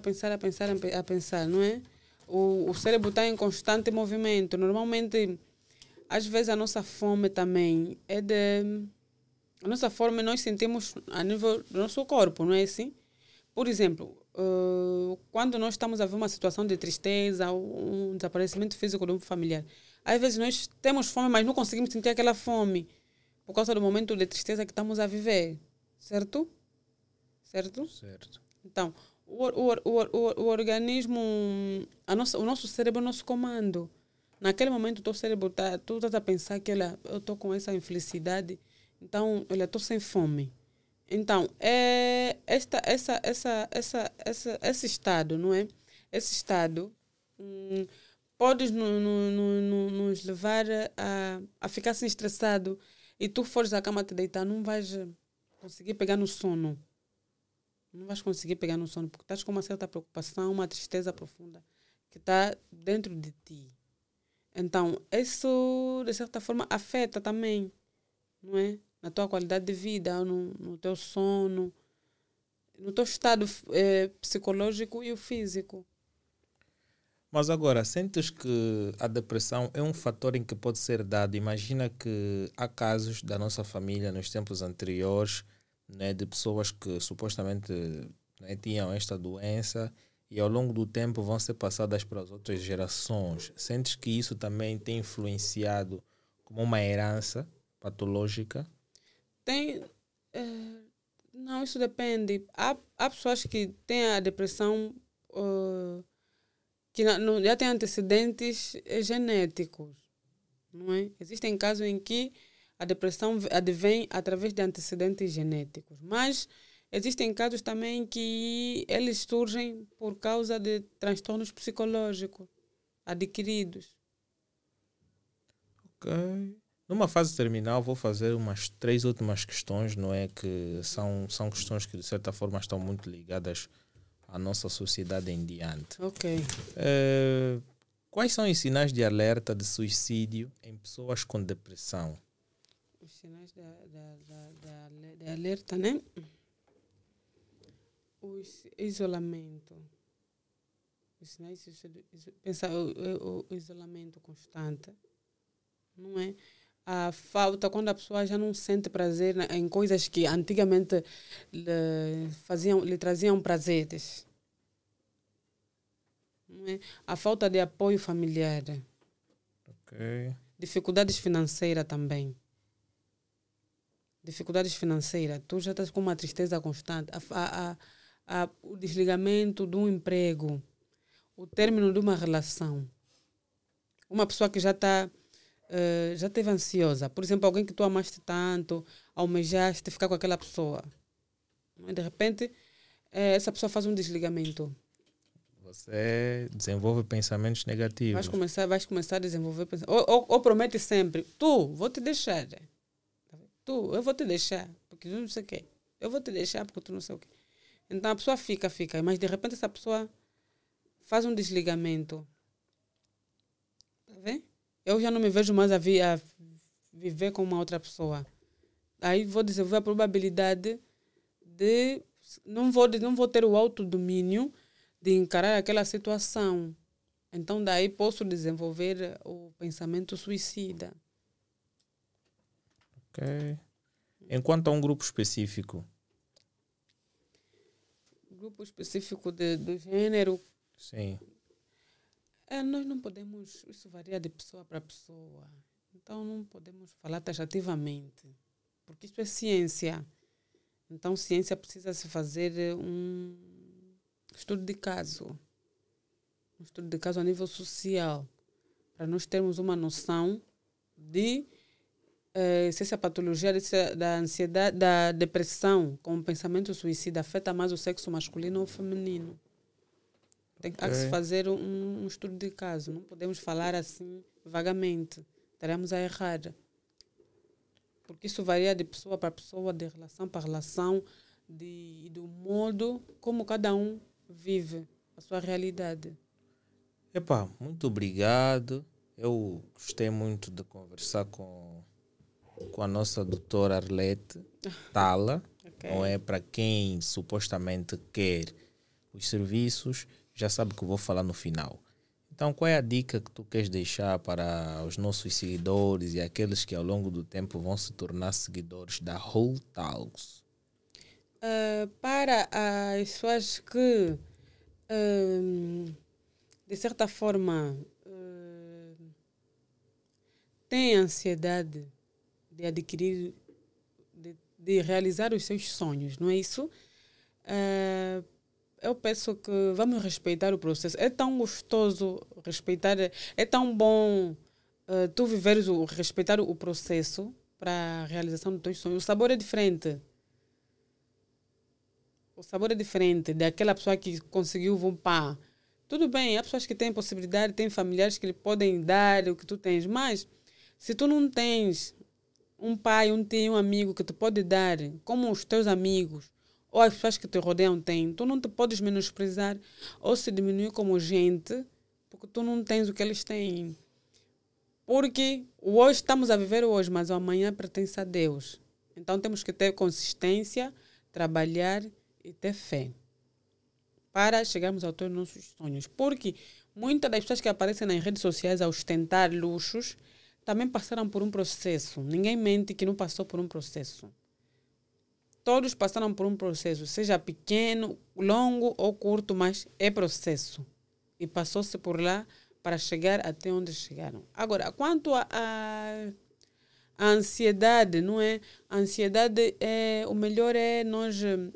não é? O cérebro está em constante movimento. Normalmente, às vezes, a nossa fome também a nossa fome nós sentimos a nível do nosso corpo, não é assim? Por exemplo, quando nós estamos a ver uma situação de tristeza ou um desaparecimento físico de um familiar, às vezes nós temos fome, mas não conseguimos sentir aquela fome por causa do momento de tristeza que estamos a viver. Certo? Certo? Certo. Então, o organismo, o nosso cérebro é o nosso comando. Naquele momento, o teu cérebro tu estás a pensar que, olha, eu estou com essa infelicidade, então, olha, estou sem fome. Então, esse estado, não é? Esse estado pode nos levar a ficar assim estressado, e tu fores à cama te deitar, não vais conseguir pegar no sono. Não vais conseguir pegar no sono, porque estás com uma certa preocupação, uma tristeza profunda que está dentro de ti. Então, isso, de certa forma, afeta também, não é? Na tua qualidade de vida, no teu sono. no teu estado psicológico e o físico. Mas agora, sentes que a depressão é um fator em que pode ser dado? Imagina que há casos da nossa família nos tempos anteriores, né, de pessoas que supostamente, né, tinham esta doença e ao longo do tempo vão ser passadas para as outras gerações. Sentes que isso também tem influenciado como uma herança patológica? Tem. Não, isso depende. Há pessoas que têm a depressão que já têm antecedentes genéticos, não é? Existem casos em que a depressão advém através de antecedentes genéticos, mas existem casos também que eles surgem por causa de transtornos psicológicos adquiridos. Ok. Numa fase terminal, vou fazer umas 3 últimas questões, não é? Que são questões que, de certa forma, estão muito ligadas à nossa sociedade em diante. Ok. Quais são os sinais de alerta de suicídio em pessoas com depressão? Os sinais de alerta, né? O isolamento. Os sinais o isolamento constante, não é? A falta, quando a pessoa já não sente prazer em coisas que antigamente lhe traziam prazeres. Não é? A falta de apoio familiar. Ok. Dificuldades financeiras também. Dificuldades financeiras. Tu já estás com uma tristeza constante. O desligamento de um emprego. O término de uma relação. Uma pessoa que já esteve ansiosa. Por exemplo, alguém que tu amaste tanto, almejaste ficar com aquela pessoa. De repente, essa pessoa faz um desligamento. Você desenvolve pensamentos negativos. Vais começar a desenvolver pensamentos. Ou promete sempre, vou te deixar. Eu vou te deixar, porque tu não sei o quê. Eu vou te deixar porque tu não sei o quê. Então a pessoa fica. Mas de repente essa pessoa faz um desligamento. Tá vendo? Eu já não me vejo mais a viver com uma outra pessoa. Aí vou desenvolver a probabilidade de... Não vou ter o autodomínio de encarar aquela situação. Então, daí posso desenvolver o pensamento suicida. Ok. Enquanto a um grupo específico? Grupo específico do gênero? Sim. Nós não podemos... Isso varia de pessoa para pessoa. Então, não podemos falar taxativamente. Porque isso é ciência. Então, ciência precisa se fazer um estudo de caso. Um estudo de caso a nível social. Para nós termos uma noção de se essa patologia da ansiedade, da depressão com o pensamento suicida afeta mais o sexo masculino ou feminino. Há que se fazer um estudo de caso. Não podemos falar assim vagamente. Estaremos a errar. Porque isso varia de pessoa para pessoa, de relação para relação, do modo como cada um vive a sua realidade. Muito obrigado. Eu gostei muito de conversar com a nossa doutora Arlete Tala. Okay. Não é? Para quem supostamente quer os serviços, já sabe que eu vou falar no final. Então, qual é a dica que tu queres deixar para os nossos seguidores e aqueles que ao longo do tempo vão se tornar seguidores da Whole Talks? Para as pessoas que, de certa forma, têm ansiedade de adquirir, de realizar os seus sonhos, não é isso? Eu peço que vamos respeitar o processo. É tão gostoso respeitar, é tão bom tu viveres respeitar o processo para a realização dos teus sonhos. O sabor é diferente. O sabor é diferente daquela pessoa que conseguiu voar. Tudo bem, há pessoas que têm possibilidade, têm familiares que lhe podem dar o que tu tens, mas se tu não tens um pai, um tio, um amigo que te pode dar, como os teus amigos, ou as pessoas que te rodeiam têm, tu não te podes menosprezar ou se diminuir como gente, porque tu não tens o que eles têm. Porque hoje estamos a viver hoje, mas o amanhã pertence a Deus. Então temos que ter consistência, trabalhar e ter fé para chegarmos aos nossos sonhos. Porque muitas das pessoas que aparecem nas redes sociais a ostentar luxos também passaram por um processo. Ninguém mente que não passou por um processo. Todos passaram por um processo, seja pequeno, longo ou curto, mas é processo. E passou-se por lá para chegar até onde chegaram. Agora, quanto a ansiedade, não é? A ansiedade, o melhor é nós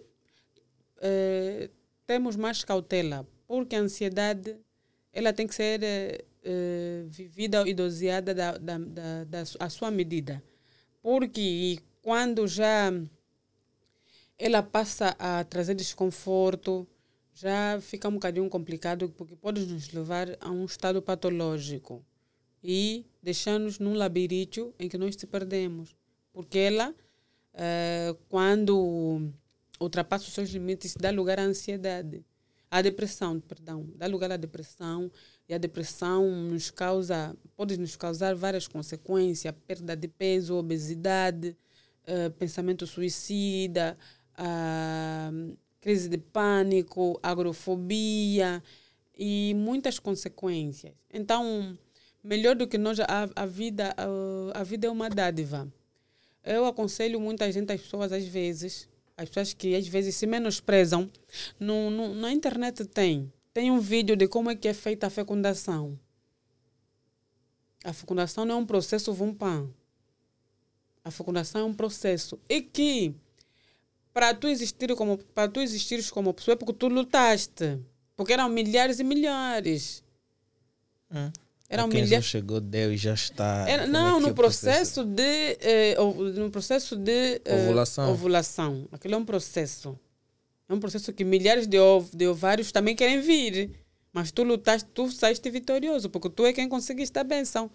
termos mais cautela, porque a ansiedade ela tem que ser vivida e doseada à sua medida. Porque quando já ela passa a trazer desconforto, já fica um bocadinho complicado, porque pode nos levar a um estado patológico e deixar-nos num labirinto em que nós se perdemos. Porque ela, quando ultrapassa os seus limites, dá lugar à ansiedade. À depressão, perdão. Dá lugar à depressão. E a depressão pode nos causar várias consequências. Perda de peso, obesidade, pensamento suicida, crise de pânico, agrofobia e muitas consequências. Então, melhor do que nós, a vida é uma dádiva. Eu aconselho muita gente, as pessoas que às vezes se menosprezam. Na internet tem um vídeo de como é que é feita a fecundação. A fecundação não é um processo vum-pam. A fecundação é um processo. E que, para tu existires como pessoa, é porque tu lutaste. Porque eram milhares e milhares. Eram quem milhares. Já chegou, Deus já está. No processo de ovulação. Aquilo é um processo. É um processo que milhares de ovários também querem vir. Mas tu lutaste, tu saíste vitorioso, porque tu é quem conseguiste a benção.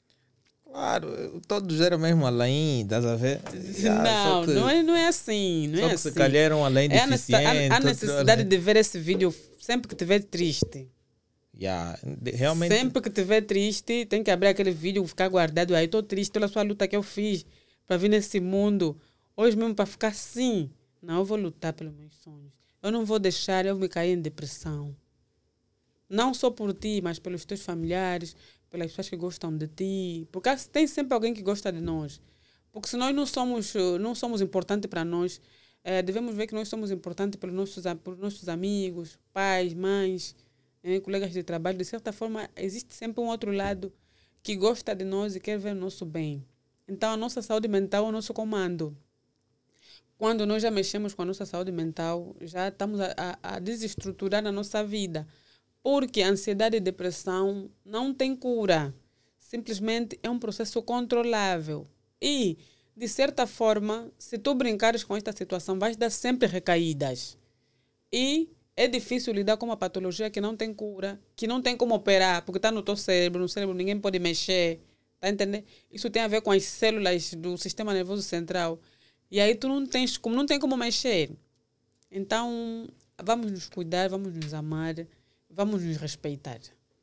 Claro, todos eram mesmo além, estás a ver? Não é assim. Não só é que assim. Se calharam além deficiente. Há necessidade de ver esse vídeo sempre que estiver triste. Realmente. Sempre que estiver triste, tem que abrir aquele vídeo, ficar guardado. Aí estou triste pela sua luta que eu fiz para vir nesse mundo. Hoje mesmo para ficar assim. Não, eu vou lutar pelos meus sonhos. Eu não vou deixar eu me cair em depressão. Não só por ti, mas pelos teus familiares, pelas pessoas que gostam de ti. Porque tem sempre alguém que gosta de nós. Porque se nós não somos importantes para nós, devemos ver que nós somos importantes pelos nossos amigos, pais, mães, colegas de trabalho. De certa forma, existe sempre um outro lado que gosta de nós e quer ver o nosso bem. Então, a nossa saúde mental é o nosso comando. Quando nós já mexemos com a nossa saúde mental, já estamos a desestruturar a nossa vida. Porque a ansiedade e depressão não tem cura. Simplesmente é um processo controlável. E, de certa forma, se tu brincares com esta situação, vais dar sempre recaídas. E é difícil lidar com uma patologia que não tem cura, que não tem como operar, porque está no teu cérebro, no cérebro ninguém pode mexer. Tá entendendo? Isso tem a ver com as células do sistema nervoso central. E aí tu não tem como mexer. Então, vamos nos cuidar, vamos nos amar, vamos nos respeitar.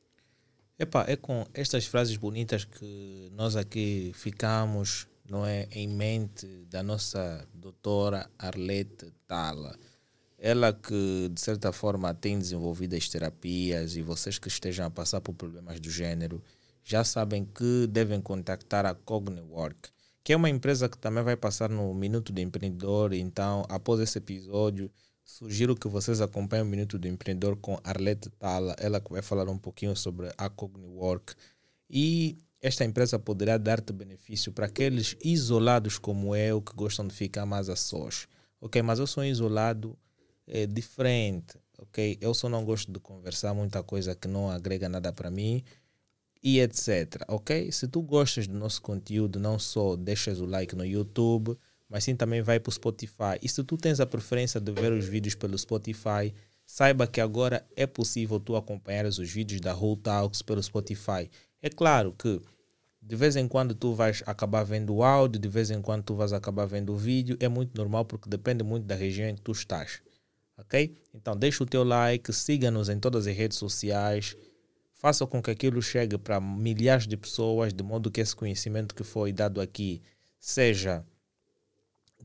É com estas frases bonitas que nós aqui ficamos, não é, em mente da nossa doutora Arlete Tala. Ela que, de certa forma, tem desenvolvido as terapias, e vocês que estejam a passar por problemas do gênero já sabem que devem contactar a CogniWork, que é uma empresa que também vai passar no Minuto do Empreendedor. Então, após esse episódio, sugiro que vocês acompanhem o Minuto do Empreendedor com Arlete Tala, ela que vai falar um pouquinho sobre a CogniWork. E esta empresa poderá dar-te benefício para aqueles isolados como eu, que gostam de ficar mais a sós. Ok, mas eu sou um isolado diferente. Ok, eu só não gosto de conversar muita coisa que não agrega nada para mim, e etc. Ok? Se tu gostas do nosso conteúdo, não só deixas o like no YouTube, mas sim também vai para o Spotify. E se tu tens a preferência de ver os vídeos pelo Spotify, saiba que agora é possível tu acompanhares os vídeos da Whole Talks pelo Spotify. É claro que de vez em quando tu vais acabar vendo o áudio, de vez em quando tu vais acabar vendo o vídeo. É muito normal, porque depende muito da região em que tu estás. Ok? Então deixa o teu like, siga-nos em todas as redes sociais. Faça com que aquilo chegue para milhares de pessoas, de modo que esse conhecimento que foi dado aqui seja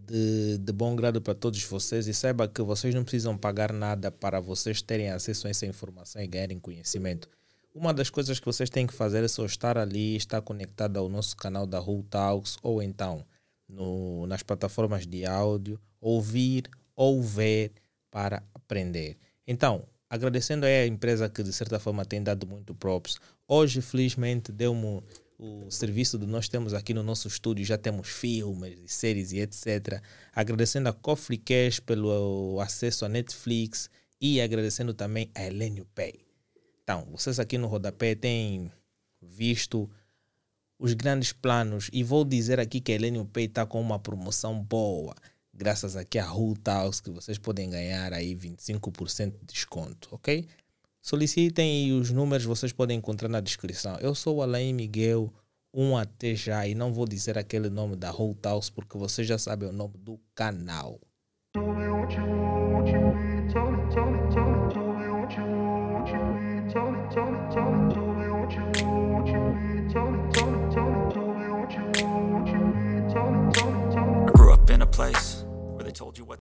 de bom grado para todos vocês e saiba que vocês não precisam pagar nada para vocês terem acesso a essa informação e ganharem conhecimento. Uma das coisas que vocês têm que fazer é só estar ali, estar conectado ao nosso canal da Who Talks ou então nas plataformas de áudio, ouvir ou ver para aprender. Então, agradecendo aí a empresa que de certa forma tem dado muito props. Hoje, felizmente, deu-me o serviço que nós temos aqui no nosso estúdio, já temos filmes, séries e etc. Agradecendo a Coffee Cash pelo acesso à Netflix e agradecendo também a Elenio Pay. Então, vocês aqui no Rodapé têm visto os grandes planos e vou dizer aqui que a Elenio Pay está com uma promoção boa, graças aqui a Who Talks, que vocês podem ganhar aí 25% de desconto, ok? Solicitem e os números vocês podem encontrar na descrição. Eu sou o Alain Miguel, até já, e não vou dizer aquele nome da Who Talks porque vocês já sabem o nome do canal. I grew up in a place where they told you what